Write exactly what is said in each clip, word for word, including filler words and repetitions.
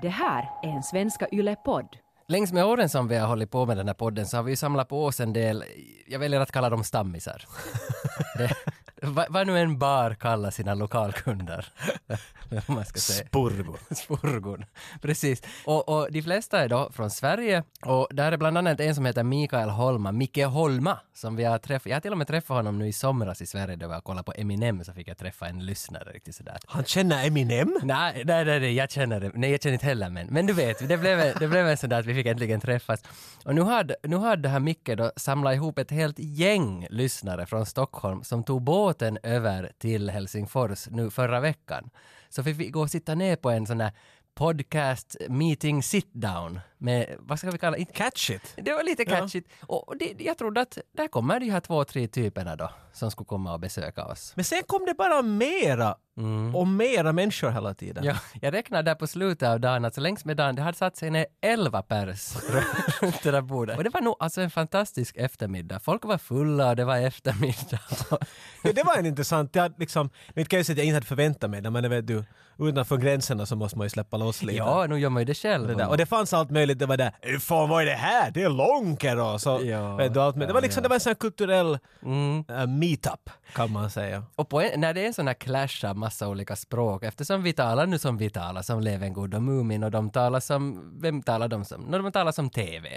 Det här är en Svenska Yle-podd. Längs med åren som vi har hållit på med den här podden så har vi ju samlat på oss en del, jag väljer att kalla dem stammisar. det, vad, vad nu en bar kallar sina lokalkunder. man ska säga. Spurgon. Spurgon, precis. Och, och de flesta är då från Sverige och där är bland annat en som heter Mikael Holma, Micke Holma, som vi har träffat. Jag har till och med träffat honom nu i somras i Sverige då jag kollade på Eminem, så fick jag träffa en lyssnare riktigt sådär. Han känner Eminem? Nej, nej, nej, nej, jag känner det. Nej, jag känner inte heller, men, men du vet, det blev, det blev en sån där att vi fick äntligen träffas. Och nu hade, nu hade det här Micke då samlat ihop ett helt gäng lyssnare från Stockholm som tog båten över till Helsingfors nu förra veckan. Så fick vi gå och sitta ner på en sån där podcast meeting sit down med, vad ska vi kalla det? Catchigt. Det var lite catchigt. Ja. Och det, jag trodde att där kommer de här två, tre typerna då som skulle komma och besöka oss. Men sen kom det bara mera mm. och mera människor hela tiden. Ja, jag räknade där på slutet av dagen, alltså längs med dagen, det hade satt sig ner elva pers runt det där bordet. Och det var nog alltså en fantastisk eftermiddag. Folk var fulla och det var eftermiddag. Ja, det var en intressant, jag liksom, nu kan jag säga att jag inte hade förväntat mig det, men vet du, utanför gränserna så måste man ju släppa loss lite. Ja, nu gör man ju det själv. Det där. Och det fanns allt möjligt, det var där, fan vad är det här? Det är Lånker och så. Ja, vet du, allt med. Det var liksom, ja. det var en sån här kulturell mm. uh, meetup, kan man säga. Och på en, när det är en sån här clash av massa olika språk, eftersom vi talar nu som vi talar, som Levengood och Mumin, och de talar som, vem talar de som? No, de talar som T V.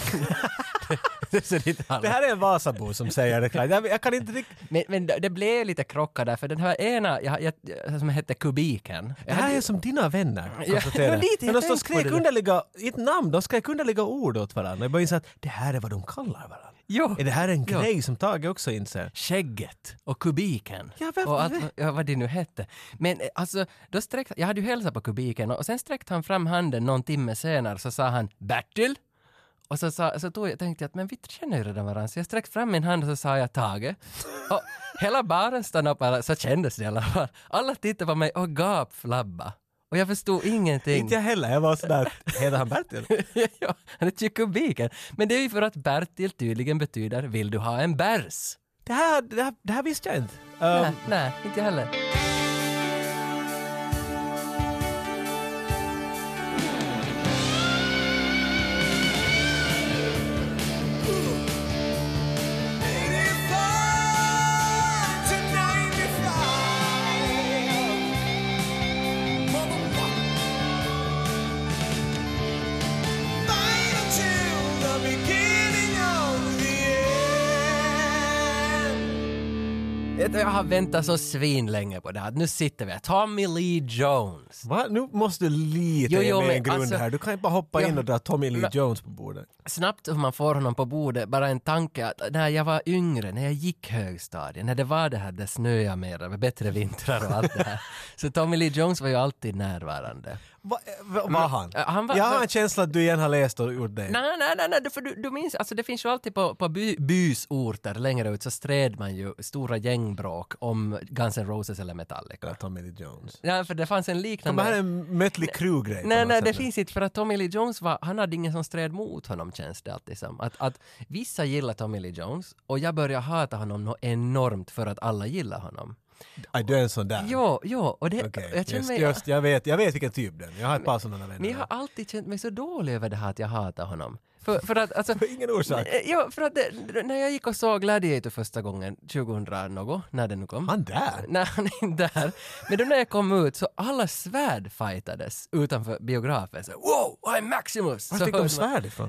det, det här är en Vasabo som säger det klart. Jag, jag kan inte riktigt... Men, men det blev lite krockar där, för den här ena, jag, jag, som hette Kubiken. Det här är som dina vänner. Ja, men lite, men de stod skrek underliga, i ett namn, de skrek underliga ord åt varandra. Jag bara inser att det här är vad de kallar varandra. Jo, är det här en jo. grej som Tage också inser? Skägget och Kubiken. Ja, varför och allt, ja, vad det nu hette. Men alltså, då sträckte, jag hade ju hälsat på Kubiken och sen sträckte han fram handen någon timme senare, så sa han Bertil. Och så, sa, så tog jag, tänkte jag att men vi känner ju redan varandra. Så jag sträckte fram min hand och så sa jag Tage. Och hela baren stannade upp, alla, så kändes det i alla fall. Alla tittade på mig och gapflabba. Och jag förstod ingenting. Inte jag heller, jag var sådär, heter han Bertil? Ja, han är ju Kubiken. Men det är ju för att Bertil tydligen betyder vill du ha en bärs? Det här, det här, det här visste jag inte. Um, nej, nej, inte jag heller. Jag har väntat så svin länge på det här. Nu sitter vi här. Tommy Lee Jones. Va? Nu måste du lite jo, jo, med men en grund alltså, här. Du kan inte bara hoppa ja, in och dra Tommy Lee men, Jones på bordet. Snabbt hur man får honom på bordet, bara en tanke att när jag var yngre, när jag gick högstadiet, när det var det här, det snöade mer, med bättre vintrar och allt det här. Så Tommy Lee Jones var ju alltid närvarande. Va, va, var han? han var, jag har en känsla att du igen har läst och gjort det. Nej, nej, nej, nej för du, du minns, alltså det finns ju alltid på, på by, bysorter längre ut så stred man ju stora gängbråk om Guns N' Roses eller Metallica. Ja, Tommy Lee Jones. Ja, för det fanns en liknande... Det här är en Mötley Crüe-grej. Nej, nej, det finns inte, för att Tommy Lee Jones var, han hade ingen som stred mot honom, känns det alltid som. Att, att vissa gillar Tommy Lee Jones och jag börjar hata honom något enormt för att alla gillar honom. Aj, du är en sån där. Jo, jo, och det... Okay. Jag, just, mig, just, jag, vet, jag vet vilken typ den. Jag har ett par sådana vänner. Men jag har alltid känt mig så dålig över det här att jag hatar honom. För, för att, alltså... För ingen orsak. Ja, för att det, när jag gick och såg Gladiator första gången, tjugohundra något, när det nu kom. Han där? Nej, han är inte där. Men då när jag kom ut så alla svärd fightades utanför biografen. Så, wow, I'm Maximus! Var fick de svärd ifrån?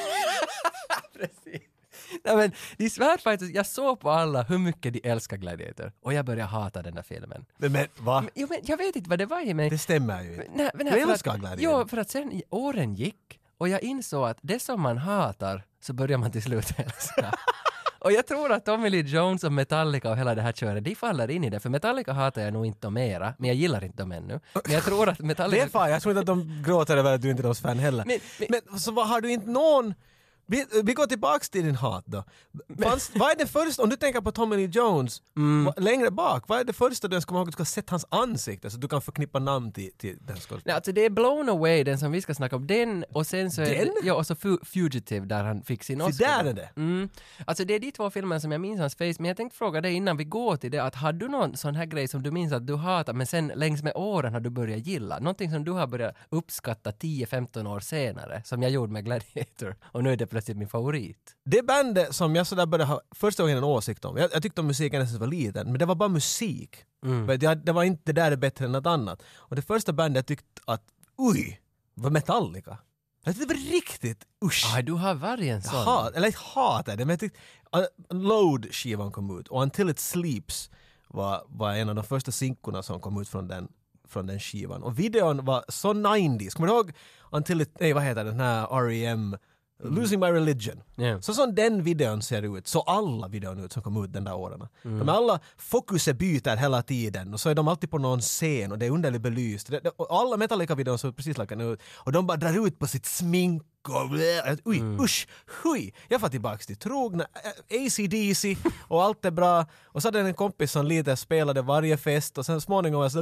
Precis. Nej, men de svärdfighters, jag såg på alla hur mycket de älskar Gladiator. Och jag började hata den där filmen. Men, men va? Men, jo, men jag vet inte vad det var i mig. Det stämmer ju inte. Nej, men du älskar att, Gladiator. Jo, för att sen åren gick och jag insåg att det som man hatar så börjar man till slut älska. Och jag tror att Tommy Lee Jones och Metallica och hela det här köret, de faller in i det. För Metallica hatar jag nog inte mera, men jag gillar inte dem ännu. Men jag tror att Metallica... Det är fan, jag tror inte att de gråter över att du inte är deras fan heller. Men, men, men så vad, har du inte någon Vi, vi går tillbaka till din hat då. Fanns, vad är det första, om du tänker på Tommy Lee Jones Mm. vad, längre bak, vad är det första du ens kommer ihåg att du ska ha sett hans ansikte så du kan förknippa namn till, till den skådespelaren? Nej, alltså det är Blown Away, den som vi ska snacka om. Den och sen så är Den? det, ja, och så Fu- Fugitive där han fick sin Så Oscar. där är det. Mm. Alltså det är de två filmer som jag minns hans face, men jag tänkte fråga dig innan vi går till det, att har du någon sån här grej som du minns att du hatar, men sen längs med åren har du börjat gilla? Någonting som du har börjat uppskatta tio femton år senare, som jag gjorde med Gladiator, och nu är det plötsligt min favorit. Det bandet som jag sådär började ha första gången en åsikt om, jag, jag tyckte om musiken nästan var liten, men det var bara musik. Mm. Men det, det var inte det där är bättre än något annat. Och det första bandet jag tyckte att, oj, var Metallica. Jag tyckte det var riktigt, usch. Ah, du har varje en sån. Hat, eller inte hatade det, men jag tyckte, uh, Load-skivan kom ut och Until It Sleeps var, var en av de första sinkorna som kom ut från den, från den skivan. Och videon var så nittio. Kommer du ihåg Until It, nej vad heter den här R E M, Losing My Religion. Yeah. Så som den videon ser ut, så alla videon ut som kom ut den där åren. Mm. De alla fokuset byter hela tiden och så är de alltid på någon scen och det är underligt belyst. Det, det, och alla Metallica-videor ser precis likadana ut och de bara drar ut på sitt smink och blä, oj, mm. usch, hui. Jag får tillbaka till trogna A C D C och allt är bra. Och så hade en kompis som lite spelade varje fest och sen småningom var jag så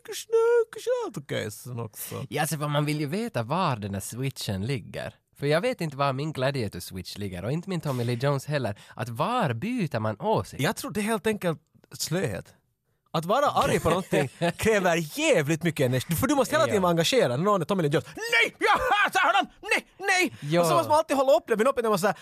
okej. Ja, alltså för man vill ju veta var den här switchen ligger. För jag vet inte var min Gladiator Switch ligger och inte min Tommy Lee Jones heller. Att var byter man åsikt? Jag tror det är helt enkelt slöhet. Att vara arg på någonting kräver jävligt mycket energi. För du måste hela tiden vara engagerad. När någon är Tommy Lee Jones. Nej! Jag hatar honom! Nej! Nej! Ja. Och så måste man alltid hålla upp det. Men uppe när man säger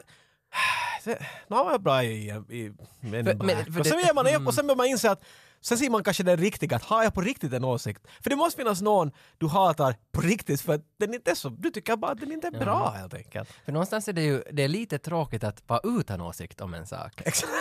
nu var jag bra i, i men, För- men- för och sen det- gör man det och sen börjar man inse att sen ser man kanske det riktiga, att har jag på riktigt en åsikt? För det måste finnas någon du hatar på riktigt för att den inte är så, du tycker bara att den inte är bra helt enkelt. För någonstans är det ju det är lite tråkigt att vara utan åsikt om en sak. Exakt.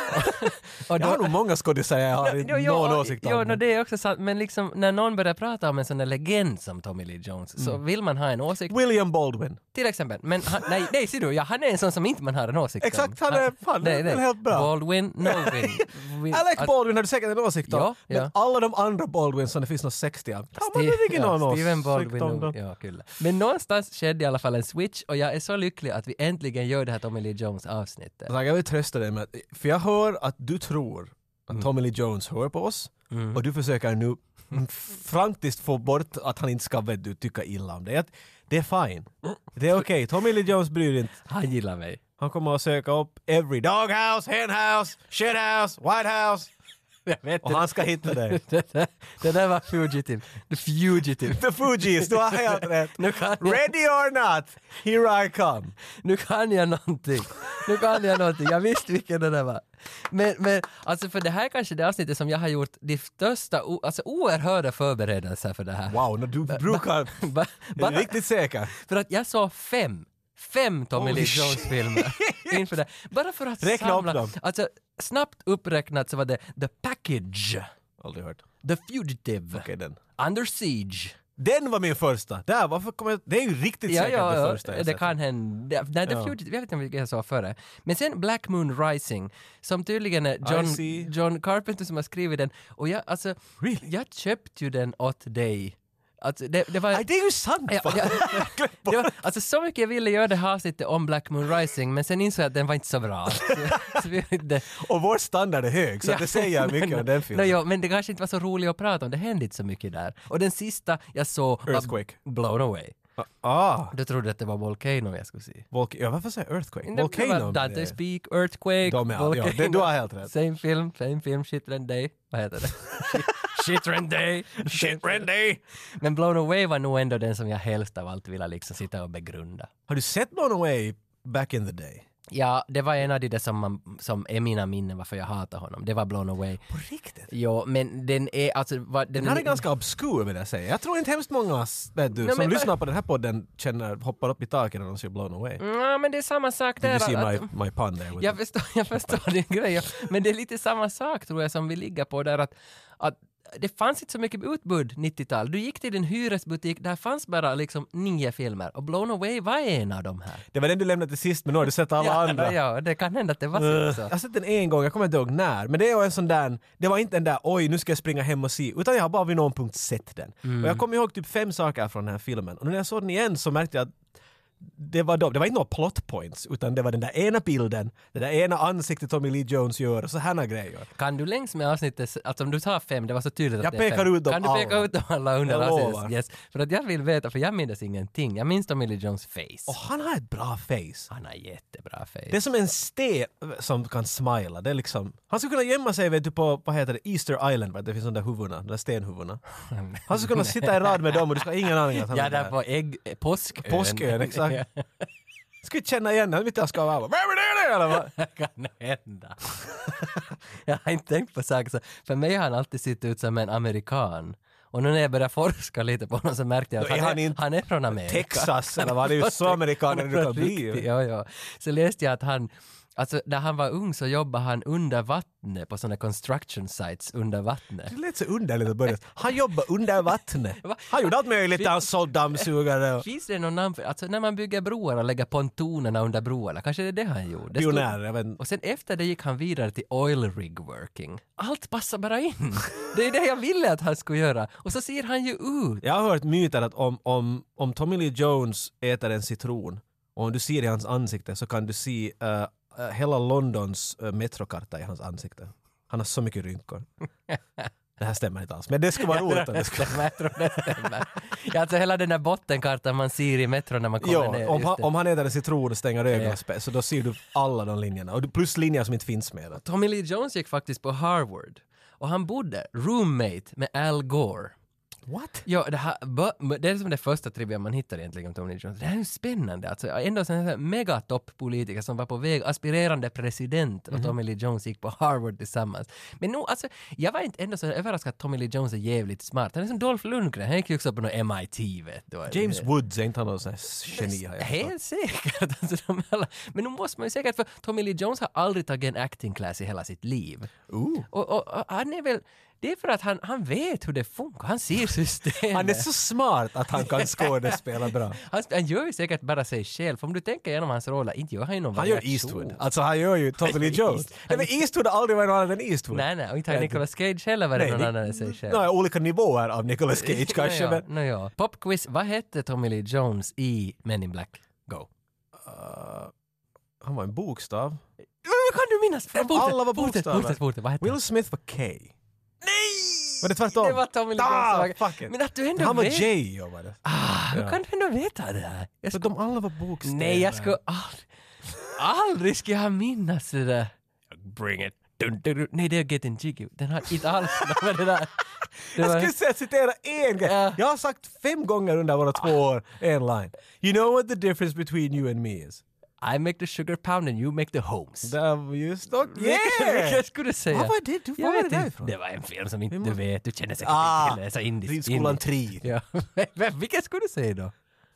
Och Jag har nog många skådespelare jag har inte Jo, någon jo, åsikt om. Jo, no, men- det är också sant, men liksom när någon börjar prata om en sån där legend som Tommy Lee Jones så vill man ha en åsikt, William Baldwin. till exempel. Men han, nej, nej, ser du, ja, han är en sån som inte man har en åsikt Exakt, om. han är- fan, nej, det är nej. väl helt bra. Baldwin, no win. win. Alec Att- Baldwin har du säkert en åsikt om. Ja, men ja. alla de andra Baldwin som det finns någon sextio av. Ja, man Steve- är inte någon ja, åsikt Steven Baldwin, om dem. ja, kul. Men någonstans skedde i alla fall en switch och jag är så lycklig att vi äntligen gör det här Tommy Lee Jones avsnittet. Så jag vill trösta dig med att, för jag hör att du tror att Mm. Tommy Lee Jones hör på oss och du försöker nu frantiskt få bort att han inte ska vet du, tycka illa om det. Att det är fine. Det är okej. Okay. Tommy Lee Jones bryr inte. Han gillar mig. Han kommer att söka upp every doghouse, henhouse, shithouse, white house. Jag vet Och han ska hitta dig. det, där, det där var Fugitive. The Fugitive. The Fugees, du har helt rätt. Nu kan jag, Ready or not, here I come. nu kan jag någonting. Nu kan jag någonting. Jag visste vilken det där var. Men, men alltså för det här är kanske det avsnittet som jag har gjort de största, o, alltså oerhörda förberedelser för det här. Wow, när du brukar... Ba, Är bara, du riktigt säker? för att jag såg fem, fem Tommy Holy Lee Jones-filmer inför det. Bara för att Räkna upp samla. dem. Alltså snabbt uppräknat så var det The Package, Aldrig hört. The Fugitive, Okej, den. Under Siege. Den var min första. Där, varför kommer jag... Det är ju riktigt Ja, säkert ja, det ja, första jag det sett. kan hända. Nej, The Ja. Fugitive, jag vet inte vilken jag sa före. Men sen Black Moon Rising, som tydligen är I John, see. John Carpenter som har skrivit den. Och jag, alltså, Really? jag köpte ju den åt dig. Alltså, det, det var... Nej, det är ju sant! Ja, fan. ja, det var, alltså så mycket jag ville göra det här avsnittet om Black Moon Rising, men sen insåg jag att den var inte så bra. Så, så vi, det, Och vår standard är hög, så Ja, det säger mycket men- om den filmen. No, jo, men det kanske inte var så roligt att prata om, det hände inte så mycket där. Och den sista jag såg var Earthquake. Blown Away. Ah, Du trodde att det var Volcano jag skulle se. Volk- ja, varför säger jag Earthquake? Det- det Volcano. var Dante det- Speak, Earthquake, De är- ja, Volcano. det- du har helt rätt. Same film, same film, Shit Ren Day. Vad heter det? Shit Ren Day. Shit, Randy! Men Blown Away var nog ändå den som jag helst av allt ville liksom sitta och begrunda. Har du sett Blown Away back in the day? Ja, det var en av de där som, man, som är mina minnen varför jag hatar honom. Det var Blown Away. På riktigt? Jo, men den är alltså... Vad, den Den här är ganska obskur vill jag säga. Jag tror inte hemskt många vet du, Nej, som men- lyssnar på den här podden känner, hoppar upp i taket när de ser Blown Away. Ja, men det är samma sak Did där. you see att- my, my pun there? with Jag förstår, jag förstår din grej, ja. Men det är lite samma sak tror jag som vi ligger på där att, att det fanns inte så mycket utbud nittiotal. Du gick till din hyresbutik, där fanns bara liksom nio filmer och Blown Away var en av de här. Det var den du lämnade till sist, men nu har du sett alla andra. Ja, det kan hända att det var Uh, så. jag har sett den en gång, jag kommer inte ihåg när, men det är ju en sån där, det var inte en där oj nu ska jag springa hem och se, utan jag har bara vid någon punkt sett den. Mm. Och jag kommer ihåg typ fem saker från den här filmen, och när jag såg den igen så märkte jag att det var då, det var inte några plot points utan det var den där ena bilden, det där ena ansiktet Tommy Lee Jones gör och så här grejer. Kan du längs med avsnittet, alltså om du tar fem, det var så tydligt att jag det är pekar fem. ut dem Kan du peka alla. ut dem alla under Jag avsnittet? lovar. Yes. För att jag vill veta, för jag minns ingenting. Jag minns Tommy Lee Jones face. Och han har ett bra face. Han har jättebra face. Det är som en sten som kan smila. Det är liksom, han skulle kunna gömma sig vet du, på vad heter det, Easter Island, där det finns de där huvudena, de där stenhuvudena. Han skulle kunna sitta i rad med dem och du ska ha ingen aning att han Ja, är där där. på ägg, påskön. Påskön, exakt. Skulle inte känna igen honom, inte jag ska vara. Vem är det eller vad? Det kan hända. Jag har inte tänkt på saker så. För mig har han alltid sett ut som en amerikan. Och nu när jag började forska lite på honom så märkte jag att Då är han, han är, inte han är från Amerika. Texas eller vad, det är ju så amerikaner du kan bli. Ja, ja. Så läste jag att han, alltså när han var ung så jobbade han under vattnet på sådana construction sites under vattnet. Det lät så underligt att börja. Han jobbar under vattnet. Va? Han gjorde allt möjligt. Han sålde dammsugare. Och... Finns det någon namn för, alltså när man bygger broar och lägger pontonerna under broarna, kanske det är det han gjorde. Det stod- Pionjär, jag vet inte. Och sen efter det gick han vidare till oil rig working. Allt passar bara in. Det är det jag ville att han skulle göra. Och så ser han ju ut. Jag har hört myter att om, om, om Tommy Lee Jones äter en citron och om du ser i hans ansikte så kan du se uh, uh, hela Londons uh, metrokarta i hans ansikte. Han har så mycket rynkor. Det här stämmer inte alls. Men det skulle vara roligt om det skulle... stämmer, jag tror det stämmer. Ja, alltså hela den där bottenkartan man ser i metron när man kommer Jo, ner. om, just han, det. om han äter en citron och stänger ögonen så då ser du alla de linjerna. Och du- plus linjer som inte finns med. Tommy Lee Jones gick faktiskt på Harvard. Och han bodde roommate med Al Gore. What? Ja, det, här, bu- det är som det första trivia man hittar egentligen om Tommy Lee Jones. Det här är ju spännande. Alltså, ändå en här megatopp-politiker som var på väg, aspirerande president och Tommy Lee Jones gick på Harvard tillsammans. Men nu, alltså, jag var inte ändå så överraskad att Tommy Lee Jones är jävligt smart. Han är som Dolph Lundgren. Han gick ju också på något M I T, vet du. James Woods är inte han någon sån här geni har jag förstått. Helt säkert. Alltså, de alla, men nu måste man ju säkert, för Tommy Lee Jones har aldrig tagit en acting class i hela sitt liv. Ooh. Och, och, och han är väl, det är för att han, han vet hur det funkar. Han ser systemet. Han är så smart att han kan skådespela bra. Han, han gör ju säkert bara sig själv. För om du tänker igenom hans roller, inte gör han ju någon Han gör variation. Eastwood. Alltså han gör ju Tommy Lee gör Jones. East- Nej, men Eastwood har aldrig varit någon annan än Eastwood. Nej, nej, och inte har Nicolas Cage heller varit Nej, någon ni- annan än sig själv. Nej, olika nivåer av Nicolas Cage kanske. no, ja, Men, no, ja. Popquiz, vad hette Tommy Lee Jones i Men in Black? Go. uh, han var en bokstav. Hur kan du minnas? Alla var Fortsätt, bokstäver. fortsätt, fortsätt. Vad hette han? Will Smith var K. Nej! Var det tvärtom? Det var Tommy Lee Ah, Jones. fuck it. Men att du ändå Han var vet... J jobbade. Ah, hur Ja. kan du ändå veta det här? Jag För skulle... de alla var bokstäver. Nej, jag skulle aldrig... Aldrig ska jag minnas det där. Bring it. Dun, dun, dun. Nej, det är Getting Jiggy. Den har inte alls med det där. Det Jag var... skulle säga citera en grej. Ja. Jag har sagt fem gånger under våra två år en line. You know what the difference between you and me is? I make the sugar pound and you make the homes. Det var just och Vilket yeah! skulle du säga? Vad var det? Du Jag var vet det inte. därifrån? Det var en film som inte Vi du måste- vet. Du känner säkert Ah, inte till det. Så indisk. Ridskolan indisk. tre. Ja. Men vilken skulle du säga då?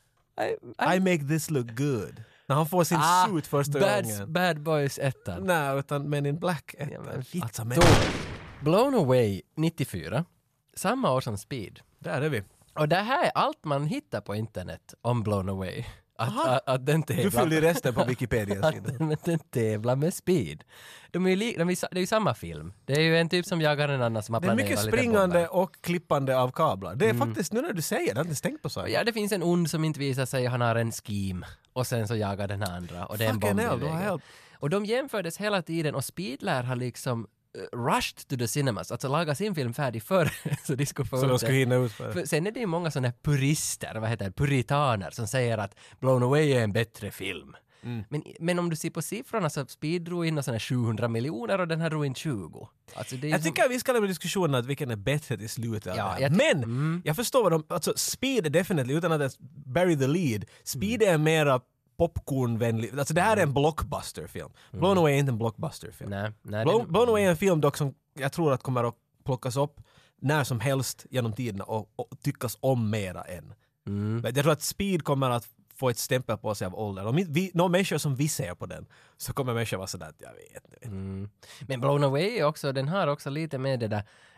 I, I make this look good. När han får sin ah, suit första bad, gången. Bad Boys ettan. Nej, utan Men in Black ettan. Ja, men vitt Alltså, men, då. Blown Away nittiofyra. Samma år som Speed. där är vi. Och det här är allt man hittar på internet om Blown Away. Att, att, att den Du tävlar, fyllde i resten på Wikipedia att den, den tävlar med Speed. De är ju li, de är, det är ju samma film. Det är ju en typ som jagar en annan som har Det är planerat mycket lite springande bomber. och klippande av kablar. Det är faktiskt, nu när du säger det, jag har inte tänkt på så. Ja, det finns en ond som inte visar sig, han har en scheme. Och sen så jagar den andra. Och det är en Fucking bomb i hell, du har vägen. helt- Och de jämfördes hela tiden och Speed lär ha liksom uh, rushed to the cinemas. Alltså laga sin film färdig förr. så de skulle få Så ut de det. skulle hinna ut för det. För sen är det ju många sådana purister, vad heter det, puritaner som säger att Blown Away är en bättre film. Mm. Men, men om du ser på siffrorna så Speed drog in sådana sjuhundra miljoner och den här drog in tjugo. Alltså det är Jag som- tycker att vi ska lämna diskussionen att vilken är bättre till slutet av Ja, det här. jag ty- Men mm. jag förstår vad de, alltså Speed är definitivt, utan att ens bury the lead, Speed är mera popcornvänlig, alltså det här är en blockbusterfilm. Blown Away är inte en blockbusterfilm. Nej, nej, Blown, det- Blown Away är en film dock som jag tror att kommer att plockas upp när som helst genom tiderna och, och tyckas om mera än. Mm. Men jag tror att Speed kommer att få ett stämpel på sig av ålder. Om vi, några människor som vi ser på den så kommer människor vara sådär att jag vet inte. Mm. Men Blown Away är också, den har också lite med det där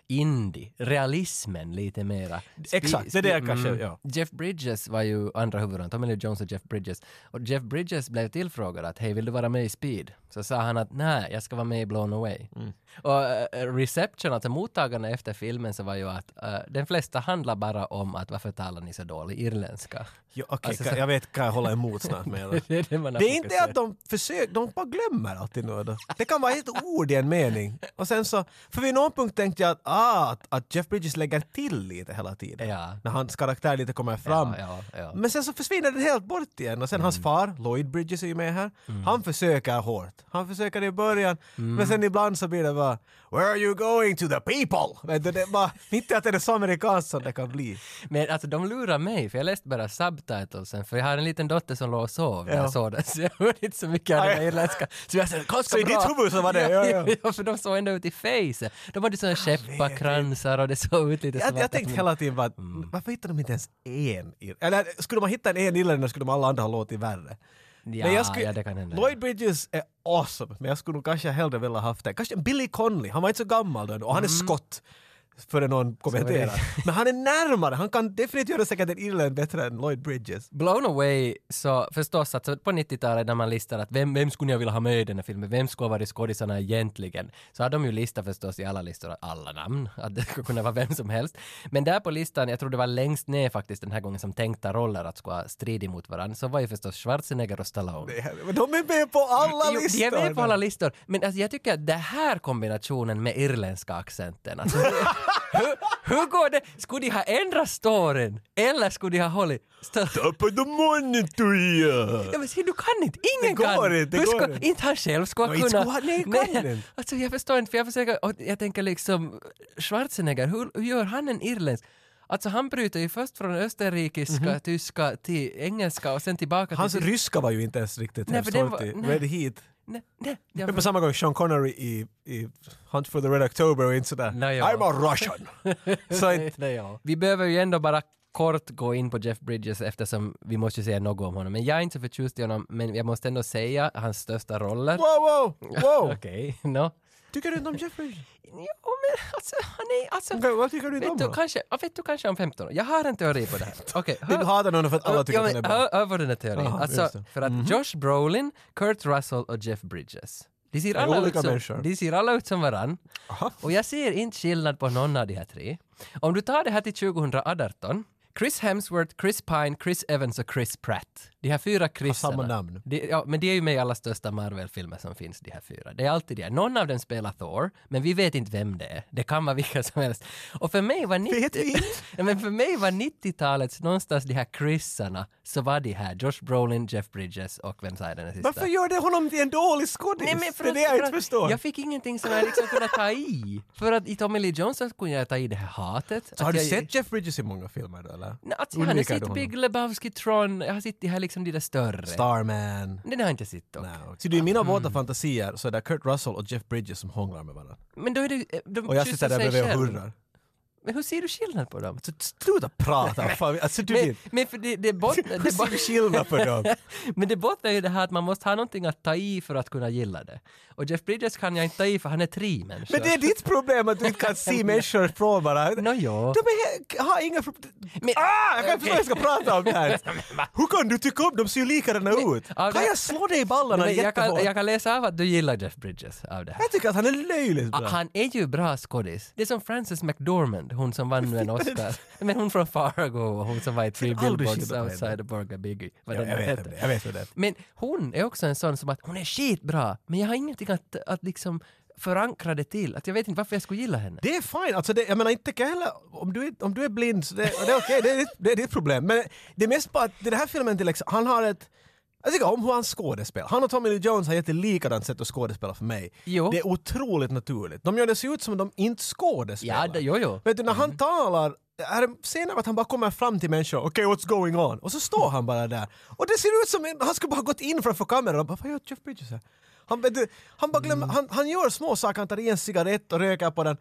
indie, realismen lite mera. Exakt, det är det jag kanske, mm, ja. Jeff Bridges var ju andra huvudrollen, Tommy Lee Jones och Jeff Bridges. Och Jeff Bridges blev tillfrågad att hej, vill du vara med i Speed? Så sa han att nej, jag ska vara med i Blown Away. Mm. Och uh, reception, alltså mottagarna efter filmen så var ju att uh, den flesta handlar bara om att varför talar ni så dålig irländska? Jo, okay, alltså, kan, så... jag vet, kan jag hålla emot snart med det. det, är det, det är inte att de försöker, de bara glömmer alltid något. Då. Det kan vara ett ord i en mening. Och sen så, för vid någon punkt tänkte jag att, ah, att, att Jeff Bridges lägger till lite hela tiden. Ja. När hans karaktär lite kommer fram. Ja, ja, ja. Men sen så försvinner den helt bort igen. Och sen mm. hans far, Lloyd Bridges är ju med här. Mm. Han försöker hårt. Han försöker i början. Mm. Men sen ibland så blir det bara Where are you going to the people? Men det är bara, inte att det är så amerikanskt som det kan bli. Men alltså de lurar mig, för jag läste bara subtitlesen, för jag har en liten dotter som låg och sov när jag såg den, så jag hörde inte så mycket av den irländska. Så jag sa, så i ditt huvud så var det? Ja, ja, ja, för de såg ändå ut i face. De hade sådana käppakransar och det såg ut lite jag, som jag att... tänkte hela tiden bara, mm. varför hittar de inte ens en? Eller skulle man hitta en en irländare skulle de alla andra ha låtit värre. Ja, men jag skulle, ja, det kan hända. Lloyd Bridges är awesome, men jag skulle nog kanske hellre vilja haft det. Kanske Billy Connolly, han var inte så gammal då, och han är mm. skott. Före någon kommenterar. Men han är närmare. Han kan definitivt göra säkert en Irland bättre än Lloyd Bridges. Blown Away, så förstås att på nittiotalet när man listar att vem, vem skulle jag vilja ha med i den här filmen, vem skulle vara skådisarna egentligen, så har de ju listat förstås i alla listor alla namn, att det skulle kunna vara vem som helst. Men där på listan, jag tror det var längst ner faktiskt den här gången som tänkta roller att skulle strida mot varandra, så var ju förstås Schwarzenegger och Stallone. Det, de är med på alla jo, listor! De är med på alla listor, men alltså, jag tycker att det här kombinationen med irländska accenten, alltså, hur, hur går det? Skulle de ha ändrat storyn? Eller skulle de ha hållit... Top of the morning to you! Ja men se, du kan inte. Ingen det kan. Går inte, det ska, går inte. Inte han själv ska no, kunna... Ska, nej, kan nej, inte. Alltså jag förstår inte, för jag försöker... Och jag tänker liksom... Schwarzenegger, hur, hur gör han en irländsk? Alltså han bryter ju först från österrikiska, mm-hmm. tyska till engelska och sen tillbaka Hans till... Hans ryska var ju inte ens riktigt nej, var, Red Heat. Nej, nej. Jag men på samma gång Sean Connery i, i Hunt for the Red October och inte sådär. Nej, I'm a Russian. Så inte... nej, ja. Vi behöver ju ändå bara kort gå in på Jeff Bridges eftersom vi måste ju säga något om honom. Men jag är inte så förtjust i honom, men jag måste ändå säga hans största roller. Wow, wow, wow! Okej, okay, no. Tycker du inte om Jeff Bridges? Jo, men alltså, han är... Alltså, okay, vad tycker du inte om du, kanske, vet du kanske om femton år? Jag har en teori på det här. Okay, hör, du hatar honom för att alla tycker ja, att han är bra. Hör, hör på den här teorin. Aha, alltså, för att mm-hmm. Josh Brolin, Kurt Russell och Jeff Bridges. De ser, alla ut som, de ser alla ut som varann. Aha. Och jag ser inte skillnad på någon av de här tre. Om du tar det här till tjugoarton, Chris Hemsworth, Chris Pine, Chris Evans och Chris Pratt. De här fyra Chrisarna. Har samma namn. De, ja, men de är ju med i alla största Marvel-filmer som finns, de här fyra. Det är alltid det. Någon av dem spelar Thor, men vi vet inte vem det är. Det kan vara vilka som helst. Och för mig var nittio... Vet vi? men för mig var nittiotalets någonstans de här Chrisarna, så var de här Josh Brolin, Jeff Bridges och vem säger den sista? Varför gör det honom till en dålig skådis? Nej, men för det är att, det jag för inte att, förstår. Jag fick ingenting som jag liksom kunde ta i. För att i Tommy Lee Jones kunde jag ta i det här hatet. Så har du jag, sett Jeff Bridges i många filmer då, eller? Nej, alltså, jag har sett Big Lebowski, Tron, jag har sett det här liksom de där större. Starman. Den har jag inte sett dock. No. Så du, i mina mm. våta fantasier så är det Kurt Russell och Jeff Bridges som hånglar med varandra. Men då är det... De och jag sitter där bredvid och hurrar. Men hur ser du skillnad på dem? Så sluta prata! Fan, alltså, du men, men för det, det bottnar... Hur ser du skillnad på dem? Men det bottnar ju det här att man måste ha någonting att ta i för att kunna gilla det. Och Jeff Bridges kan jag inte ta i för han är tre människor. Men det är ditt problem att du inte kan se människor från bara. No, jo. De är, har inga problem. Men, ah, jag kan inte okay. förstå vad jag ska prata om det här. Hur kan du tycka om dem? De ser ju likadana ut. Kan det, jag slå dig i ballarna men jag, kan, jag kan läsa av att du gillar Jeff Bridges av det här. Jag tycker att han är löjligt bra. Han är ju bra skådis. Det är som Frances McDormand, hon som vann nu en Oscar. Men hon från Fargo och hon som var i Three Billboards Outside of Burger Biggie. Ja, jag, vet det, jag vet vad det är. Men hon är också en sån som att hon är skitbra, men jag har ingenting att, att liksom förankra det till. Att jag vet inte varför jag skulle gilla henne. Det är fine. Alltså det, jag menar inte heller, om du är, om du är blind så det, det är okej, okay, det, det är ditt problem. Men det är mest bara att det här filmen till exempel, han har ett jag tycker om hur han skådespelar. Han och Tommy Lee Jones har gett ett likadant sätt att skådespela för mig. Jo. Det är otroligt naturligt. De gör det se ut som de inte skådespelar. Ja, det, jo, jo. Vet du, när mm. han talar är det senare att han bara kommer fram till människor. Okej, okay, what's going on? Och så står han bara där. Och det ser ut som en, han skulle bara ha gått in framför kameran och bara, vad gör Jeff Bridges här? Han, du, han, bara glömmer, mm. han, han gör små saker, han tar i en cigarett och röker på den.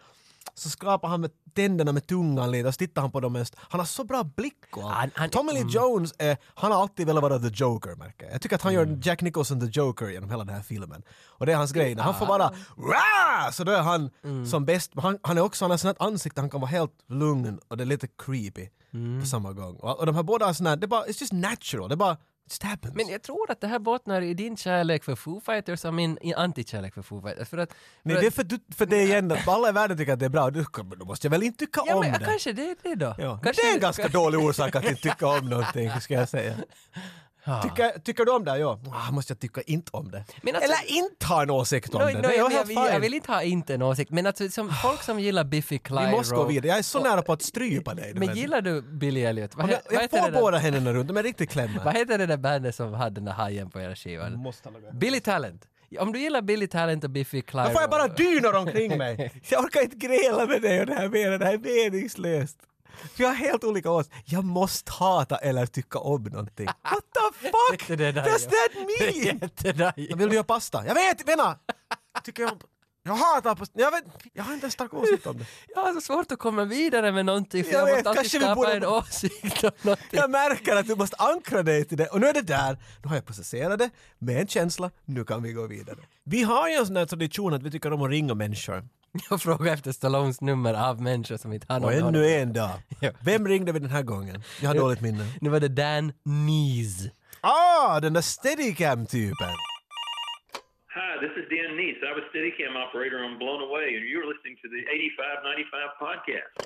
så skrapar han med tänderna med tungan lite och så tittar han på dem. Han har så bra blick och allt. Han- han- Tommy Lee mm. Jones, är, han har alltid velat vara the Joker, märker jag. Jag tycker att han Mm. gör Jack Nicholson the Joker genom hela den här filmen. Och det är hans grej. När han får bara Rah! Så då är han Mm. som bäst. Han, han är också, han har sånt ansikte, han kan vara helt lugn och det är lite creepy Mm. på samma gång. Och, och de här båda är såna, det är bara, it's just natural. Det är bara, it just happens. Men jag tror att det här bottnar i din kärlek för Foo Fighters och min i antikärlek för Foo Fighters. För att, för Nej, att, det är för, du, för det igen, att alla i världen tycker att det är bra. Du, då måste jag väl inte tycka ja, om men, det. kanske det är det då. Ja, men Kanske, det är en ganska dålig orsak att inte tycka om någonting, ska jag säga. Ja. Tycker, tycker du om det? Ja. Ah, måste jag tycka inte om det. Men alltså- Eller inte ha en åsikt om No, det. no, det är jag, helt jag, vill, jag fine. vill inte ha inte en åsikt, men alltså, som folk som gillar Biffy Clyro... Vi måste gå vidare. Jag är så nära på att strypa dig. Men gillar du Billy Elliot? Vad, Om jag, he- vad, jag heter får det där, båda händerna runt, de är riktigt klämma. vad heter det där bandet som hade den där hajen på era skivan? Måste ha något. Billy Talent. Om du gillar Billy Talent och Biffy Clyro... Då får jag bara dynor omkring mig. Jag orkar inte gräla med dig och det här mer. Det här är meningslöst. Vi har helt olika åsikter. Jag måste hata eller tycka om någonting. What the fuck? Det är det där, Does ja. that Det är mean? jättenice. Vill du göra pasta? Jag vet, vänner! Tycker jag om... Jag hatar pasta. Jag vet, jag har inte en stark åsikt om det. Jag har så svårt att komma vidare med någonting för Jag jag, vet, måste alltid kanske vi skapa borde- en åsikt om någonting. Jag märker att du måste ankra dig till det. Och nu är det där. Nu har jag processerat det med en känsla. Nu kan vi gå vidare. Vi har ju en sån här tradition att vi tycker om att ringa människor. Jag frågar efter Stallones nummer av människor som inte har någon Och aning. ännu en dag. Ja. Vem ringde vi den här gången? Jag har dåligt minne. Nu var det Dan Nees. Ah, den där Steadicam-typen. Hi, this is Dan Neese. I was Steadicam operator on Blown Away, and you're listening to the eighty-five ninety-five podcast.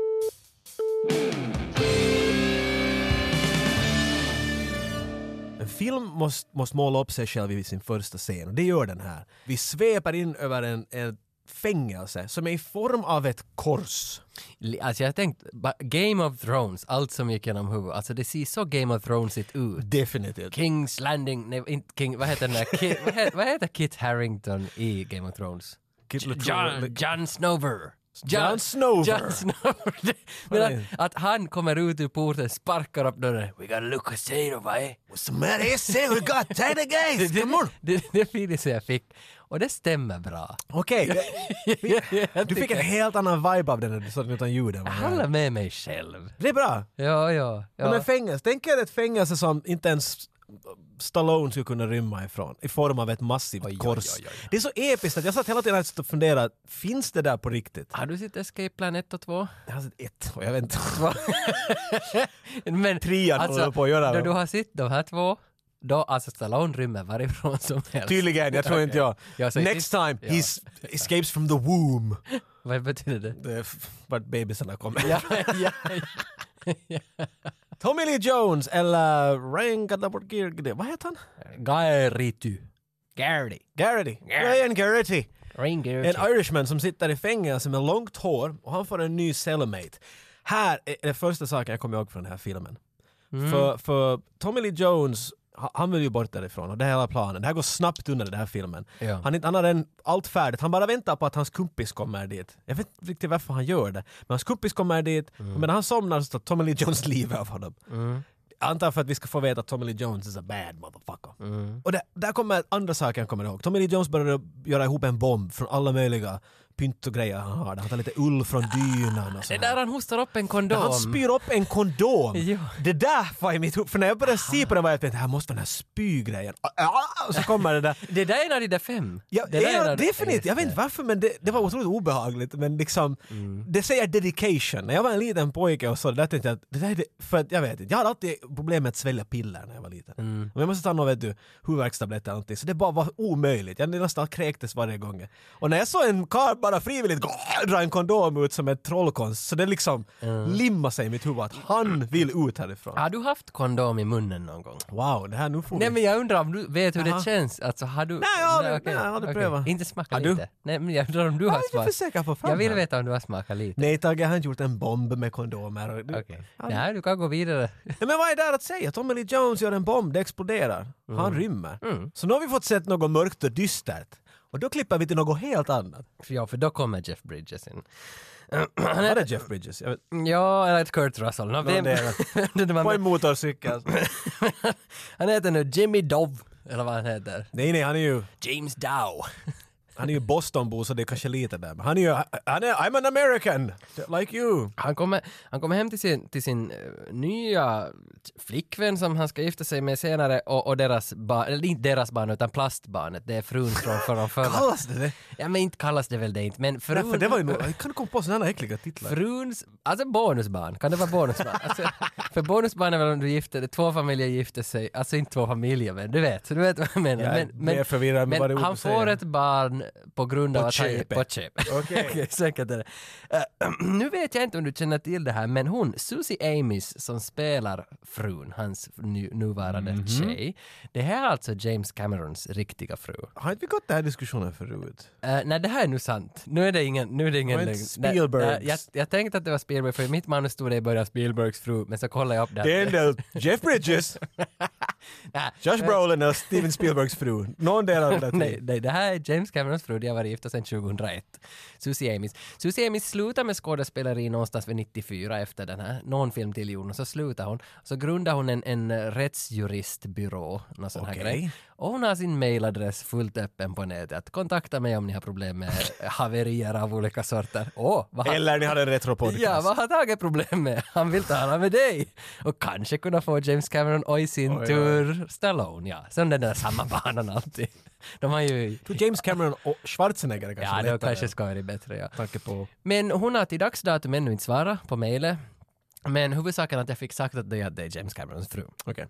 En film måste, måste måla upp sig själv i sin första scen och det gör den här. Vi sveper in över en, en fängelse som är i form av ett kors. Li- Alltså jag tänkte, ba- Game of Thrones, allt som gick genom huvudet. Alltså det ser så Game of Thronesigt ut. Definitivt. King's Landing, nej inte King, vad heter den där, Kit, vad, heter, vad heter Kit Harington i Game of Thrones? Kit John, Latrobe- John Snover. John Snover. John Snover. Men att, att han kommer ut ur porten, sparkar upp dörren. We got a look casino, va? What's the matter? I say we got tight guys. Det, Come on. det, det finisar jag fick. Och det stämmer bra. Okej, Jag du fick tycker- en helt annan vibe av den när du sa den utan ljuden. Jag håller med mig själv. Det är bra. Ja, ja. ja. Men fängelse, tänk er ett fängelse som inte ens Stallone skulle kunna rymma ifrån i form av ett massivt Oj, oj, kors. oj, oj, oj. Det är så episkt att jag satt hela tiden och funderade, finns det där på riktigt? Har du sett Escape Plan ett och två? Jag har sett ett och jag vet inte. Men Trean håller på att göra då det. du har sett de här två, då alltså Stallone rymmer varifrån som helst. Tydligen, jag tror inte jag. Ja, så Next inte- time, ja. he escapes from the womb. Vad betyder det? Det är f- vart bebisarna kommer. ja, ja, ja. Tommy Lee Jones eller Ryan Gadabort-Girgde, vad heter han? Garritu. Garrity. Garrity. Ryan Garrity. Rain Garrity. En Irishman som sitter i fängelse med långt hår och han får en ny cellmate. Här är det första saken jag kommer ihåg från den här filmen. Mm. För, för Tommy Lee Jones, ha- han vill ju bort därifrån och det är hela planen. Det här går snabbt under den här filmen. Ja. Han, inte- han har en, allt färdigt. Han bara väntar på att hans kumpis kommer dit. Jag vet inte riktigt varför han gör det. Men hans kumpis kommer dit och medan han somnar så tar Tommy Lee Jones livet av honom. Mm. Jag antar för att vi ska få veta att Tommy Lee Jones is a bad motherfucker. Mm. Och det, där kommer andra saker jag kommer ihåg. Tommy Lee Jones började göra ihop en bomb från alla möjliga pynt och grejer han har. Han tar lite ull från dynan och så. Det där han hostar upp en kondom. Han spyr upp en kondom. Ja. Det där var i mitt huvud. För när jag började se på det var jag att det här måste vara den här spygrejen. Och så kommer det där. Det där är en av de där fem. Ja, det där är en ja av de- definitivt. Jag vet inte varför men det, det var otroligt obehagligt. Men liksom, det säger dedication. När jag var en liten pojke och så, det där tänkte jag att det där är det, för att jag vet inte. Jag hade alltid problem med att svälja piller när jag var liten. Och jag måste ta någon, vet du, huvudvärkstabletter eller någonting. Så det bara var omöjligt. Jag nästan kräktes varje gång. Och när jag såg en karl bara frivilligt gå, dra en kondom ut som ett trollkonst, så det liksom limmar sig i mitt huvud att han vill ut härifrån. Har du haft kondom i munnen någon gång? Wow, det här nu får Nej vi... men jag undrar om du vet hur Aha. det känns. Alltså har du... Nej, jag har aldrig- okej, nej, jag har aldrig okej. prövat. Inte smaka Har du? lite. Nej men jag undrar om du Jag har är inte smakat. för säker på fram Jag vill här. veta om du har smakat lite. Nej Tage, jag har inte gjort en bomb med kondomer. Och du... Okej. Nej, du kan gå vidare. Nej, men vad är där att säga? Tommy Lee Jones gör en bomb, det exploderar. Han rymmer. Mm. Så nu har vi fått sett något mörkt och dystert. Och då klipper vi till något helt annat. Ja, för då kommer Jeff Bridges in. Han är det Jeff Bridges? Jag vet, Ja, eller ett Kurt Russell. No, vem, det är det var på en med- motorcykel. han heter nu Jimmy Dove, eller vad han heter. nej, nej, han är ju... James Dow. Han är ju Bostonbo så det är kanske lite där. Men han är ju, han är, I'm an American, like you. Han kommer, han kommer hem till sin, till sin uh, nya flickvän som han ska gifta sig med senare och, och deras barn, eller inte deras barn utan plastbarnet, det är frun från förra förra. Kallas det det? Ja men inte kallas det väl det inte, men frun... Nej, för det var ju nog, jag kan komma på sådana här äckliga titlar. Fruns, alltså bonusbarn, kan det vara bonusbarn? Alltså, för bonusbarn är väl om du gifter dig, två familjer gifter sig, alltså inte två familjer men du vet, du vet vad jag menar. Jag men men, förvirrad med vad det men är han att får säga. ett barn på grund av På att han köpet. på köp. Okej. Okej, så enkelt är det. Uh, nu vet jag inte om du känner till det här, men hon, Susie Amis som spelar frun, hans nu, nuvarande Mhm. tjej, det här är alltså James Camerons riktiga fru. Har inte vi gått den här diskussionen förut? Uh, nej, det här är nu sant. Nu är det ingen... Nu är det ingen Var inte lögn. Spielbergs? Nej, jag, jag tänkte att det var Spielberg, för i mitt manus stod det i början Spielbergs fru, men så kollade jag upp det. Det är en del Jeff Bridges, Nej, Josh Brolin och Steven Spielbergs fru. Någon del av det där. nej, nej, det här är James Camerons fru, de har varit gifta sedan tjugohundraett. Susie Amis. Susie Amis slutar med skådespeleri någonstans vid nittiofyra efter den här. Någon film till gjorde, och så slutar hon. Så grundar hon en, en rättsjuristbyrå, någon sån här Okej. grej. Och hon har sin mailadress fullt öppen på nätet. Kontakta mig om ni har problem med haverier av olika sorter. Åh, vad har... Eller ni hade en retro-podcast. Ja, vad har Tage problem med? Han vill tala med dig. Och kanske kunna få James Cameron och i sin Oj, tur Stallone, ja. Som den där samma banan alltid. De har ju... Tror James Cameron och Schwarzenegger kanske Ja, det lättare. kanske ska vara bättre, ja. Tanke på... Men hon har till dagsdatum ännu inte svarat på mejlet. Men huvudsaken är att jag fick sagt att det är, det är James Camerons fru. Okej.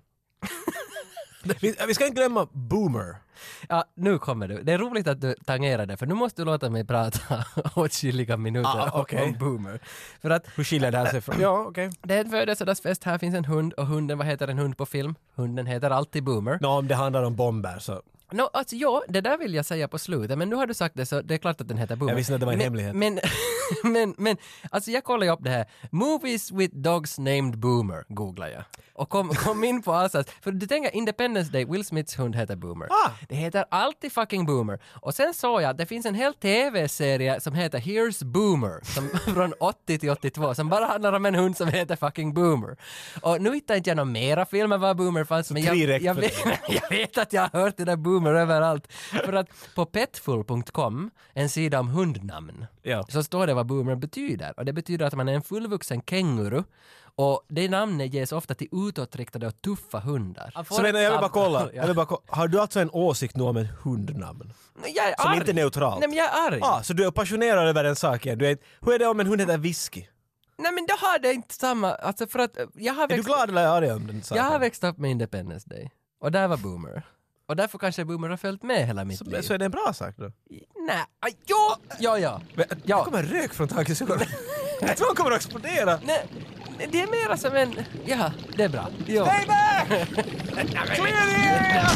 vi, vi ska inte glömma Boomer. Ja, nu kommer du. Det är roligt att du tangerar det, för nu måste du låta mig prata åtskilliga minuter Ah, okej. om Boomer. För att Hur skiljer det här sig från... Ja, okej. det är en födelsedagsfest, här finns en hund och hunden, vad heter en hund på film? Hunden heter alltid Boomer. Nå, om det handlar om bomber så... No, alltså ja, det där vill jag säga på slutet, men nu har du sagt det så det är klart att den heter Boomer. Jag visste att det var en men, hemlighet. Men, men, men, alltså jag kollar ju upp det här. Movies with dogs named Boomer, googlar jag. Och kom, kom in på Asas. För du tänker Independence Day, Will Smiths hund heter Boomer. Ah. Det heter alltid fucking Boomer. Och sen såg jag att det finns en hel tv-serie som heter Here's Boomer, som från åttio till åttiotvå, som bara handlar om en hund som heter fucking Boomer. Och nu hittar inte jag några mera filmer var Boomer fanns, men jag, tre räcker jag, för vet, jag vet att jag har hört det där Boomer överallt. För att på petful punkt com, en sida om hundnamn, Ja. så står det vad Boomer betyder. Och det betyder att man är en fullvuxen känguru. Och det namnet ges ofta till utåtriktade och tuffa hundar. Så menar jag vill bara kolla. Ja. Jag vill bara kolla. Har du alltså en åsikt nu om en hundnamn? Jag är Som arg. inte är neutralt? Nej, men jag är arg. Ah, så du är passionerad över en sak igen. Du är, hur är det om en hund heter whisky? Nej, men då har det inte samma... Alltså för att jag har Är du växt, glad eller arg om den saken? jag har växt upp med Independence Day. Och där var Boomer. Och därför kanske Boomer har följt med hela mitt liv. så, så är det en bra sak då? Nej, aj, jo! Ja, ja. Men, Ja. Det kommer rök från Tages ögon. Jag tror han kommer att explodera. Nej, det är mera som en... Ja, det är bra. Jo. Stay back! Clear the area!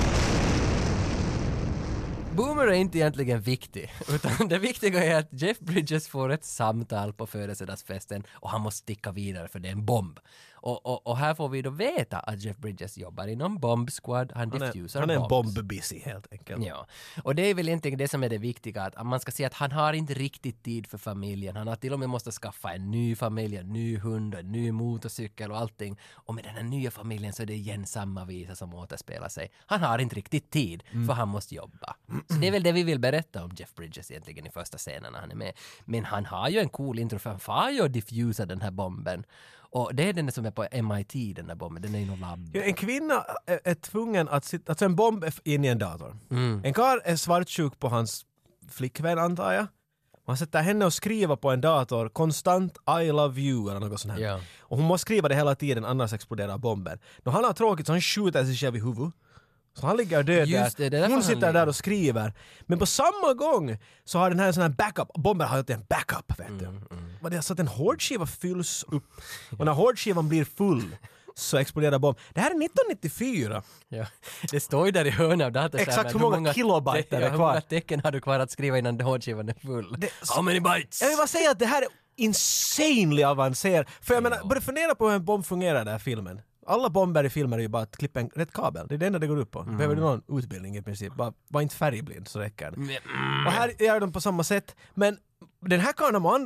Boomer är inte egentligen viktig, utan det viktiga är att Jeff Bridges får ett samtal på födelsedagsfesten och han måste sticka vidare för det är en bomb. Och, och, och här får vi då veta att Jeff Bridges jobbar inom Bomb Squad, han, Han diffusar är, han är en bombs. bomb-busy helt enkelt. Ja, och det är väl egentligen det som är det viktiga, att man ska se att han har inte riktigt tid för familjen. Han har till och med måste skaffa en ny familj, en ny hund, en ny motorcykel och allting. Och med den här nya familjen så är det igen samma visa som återspelar sig. Han har inte riktigt tid, för han måste jobba. Så det är väl det vi vill berätta om Jeff Bridges egentligen i första scenen när han är med. Men han har ju en cool intro, för han får ju att diffusa den här bomben. Och det är den som är på M I T, den där bomben. Den är i någon labb. Ja, en kvinna är, är tvungen att sitta... Alltså en bomb är in i en dator. Mm. En karl är svartsjuk på hans flickvän, antar jag. Man sätter henne och skriva på en dator konstant I love you eller något sånt här. Ja. Och hon måste skriva det hela tiden, annars exploderar bomben. När han har tråkigt så han skjuter sig själv i huvudet. Så han ligger död Just det, det är där. därför Hon han sitter ligger. där och skriver. Men på samma gång så har den här en sån här backup. Bomben har alltid en backup, vet du. Mm, Vad det är så att en hårdskiva fylls upp. Och när hårdskivan blir full så exploderar bomben. Det här är nittonhundranitttiofyra. Ja. Det står ju där i hörnan av datorskärmen. Exakt hur många kilobyte är det ja, hur kvar? många tecken har du kvar att skriva innan hårdskivan är full? Det- How many bytes? Jag vill bara säga att det här är insanely avancerat. För jag menar, börja fundera på hur en bomb fungerar i den här filmen. Alla bomber i filmer är ju bara att klippa en rätt kabel. Det är det enda det går upp på. Mm. Behöver du någon utbildning i princip. Bara, bara inte färgblind så räcker det. Men- Och här gör de på samma sätt. Men den här kan de andra ord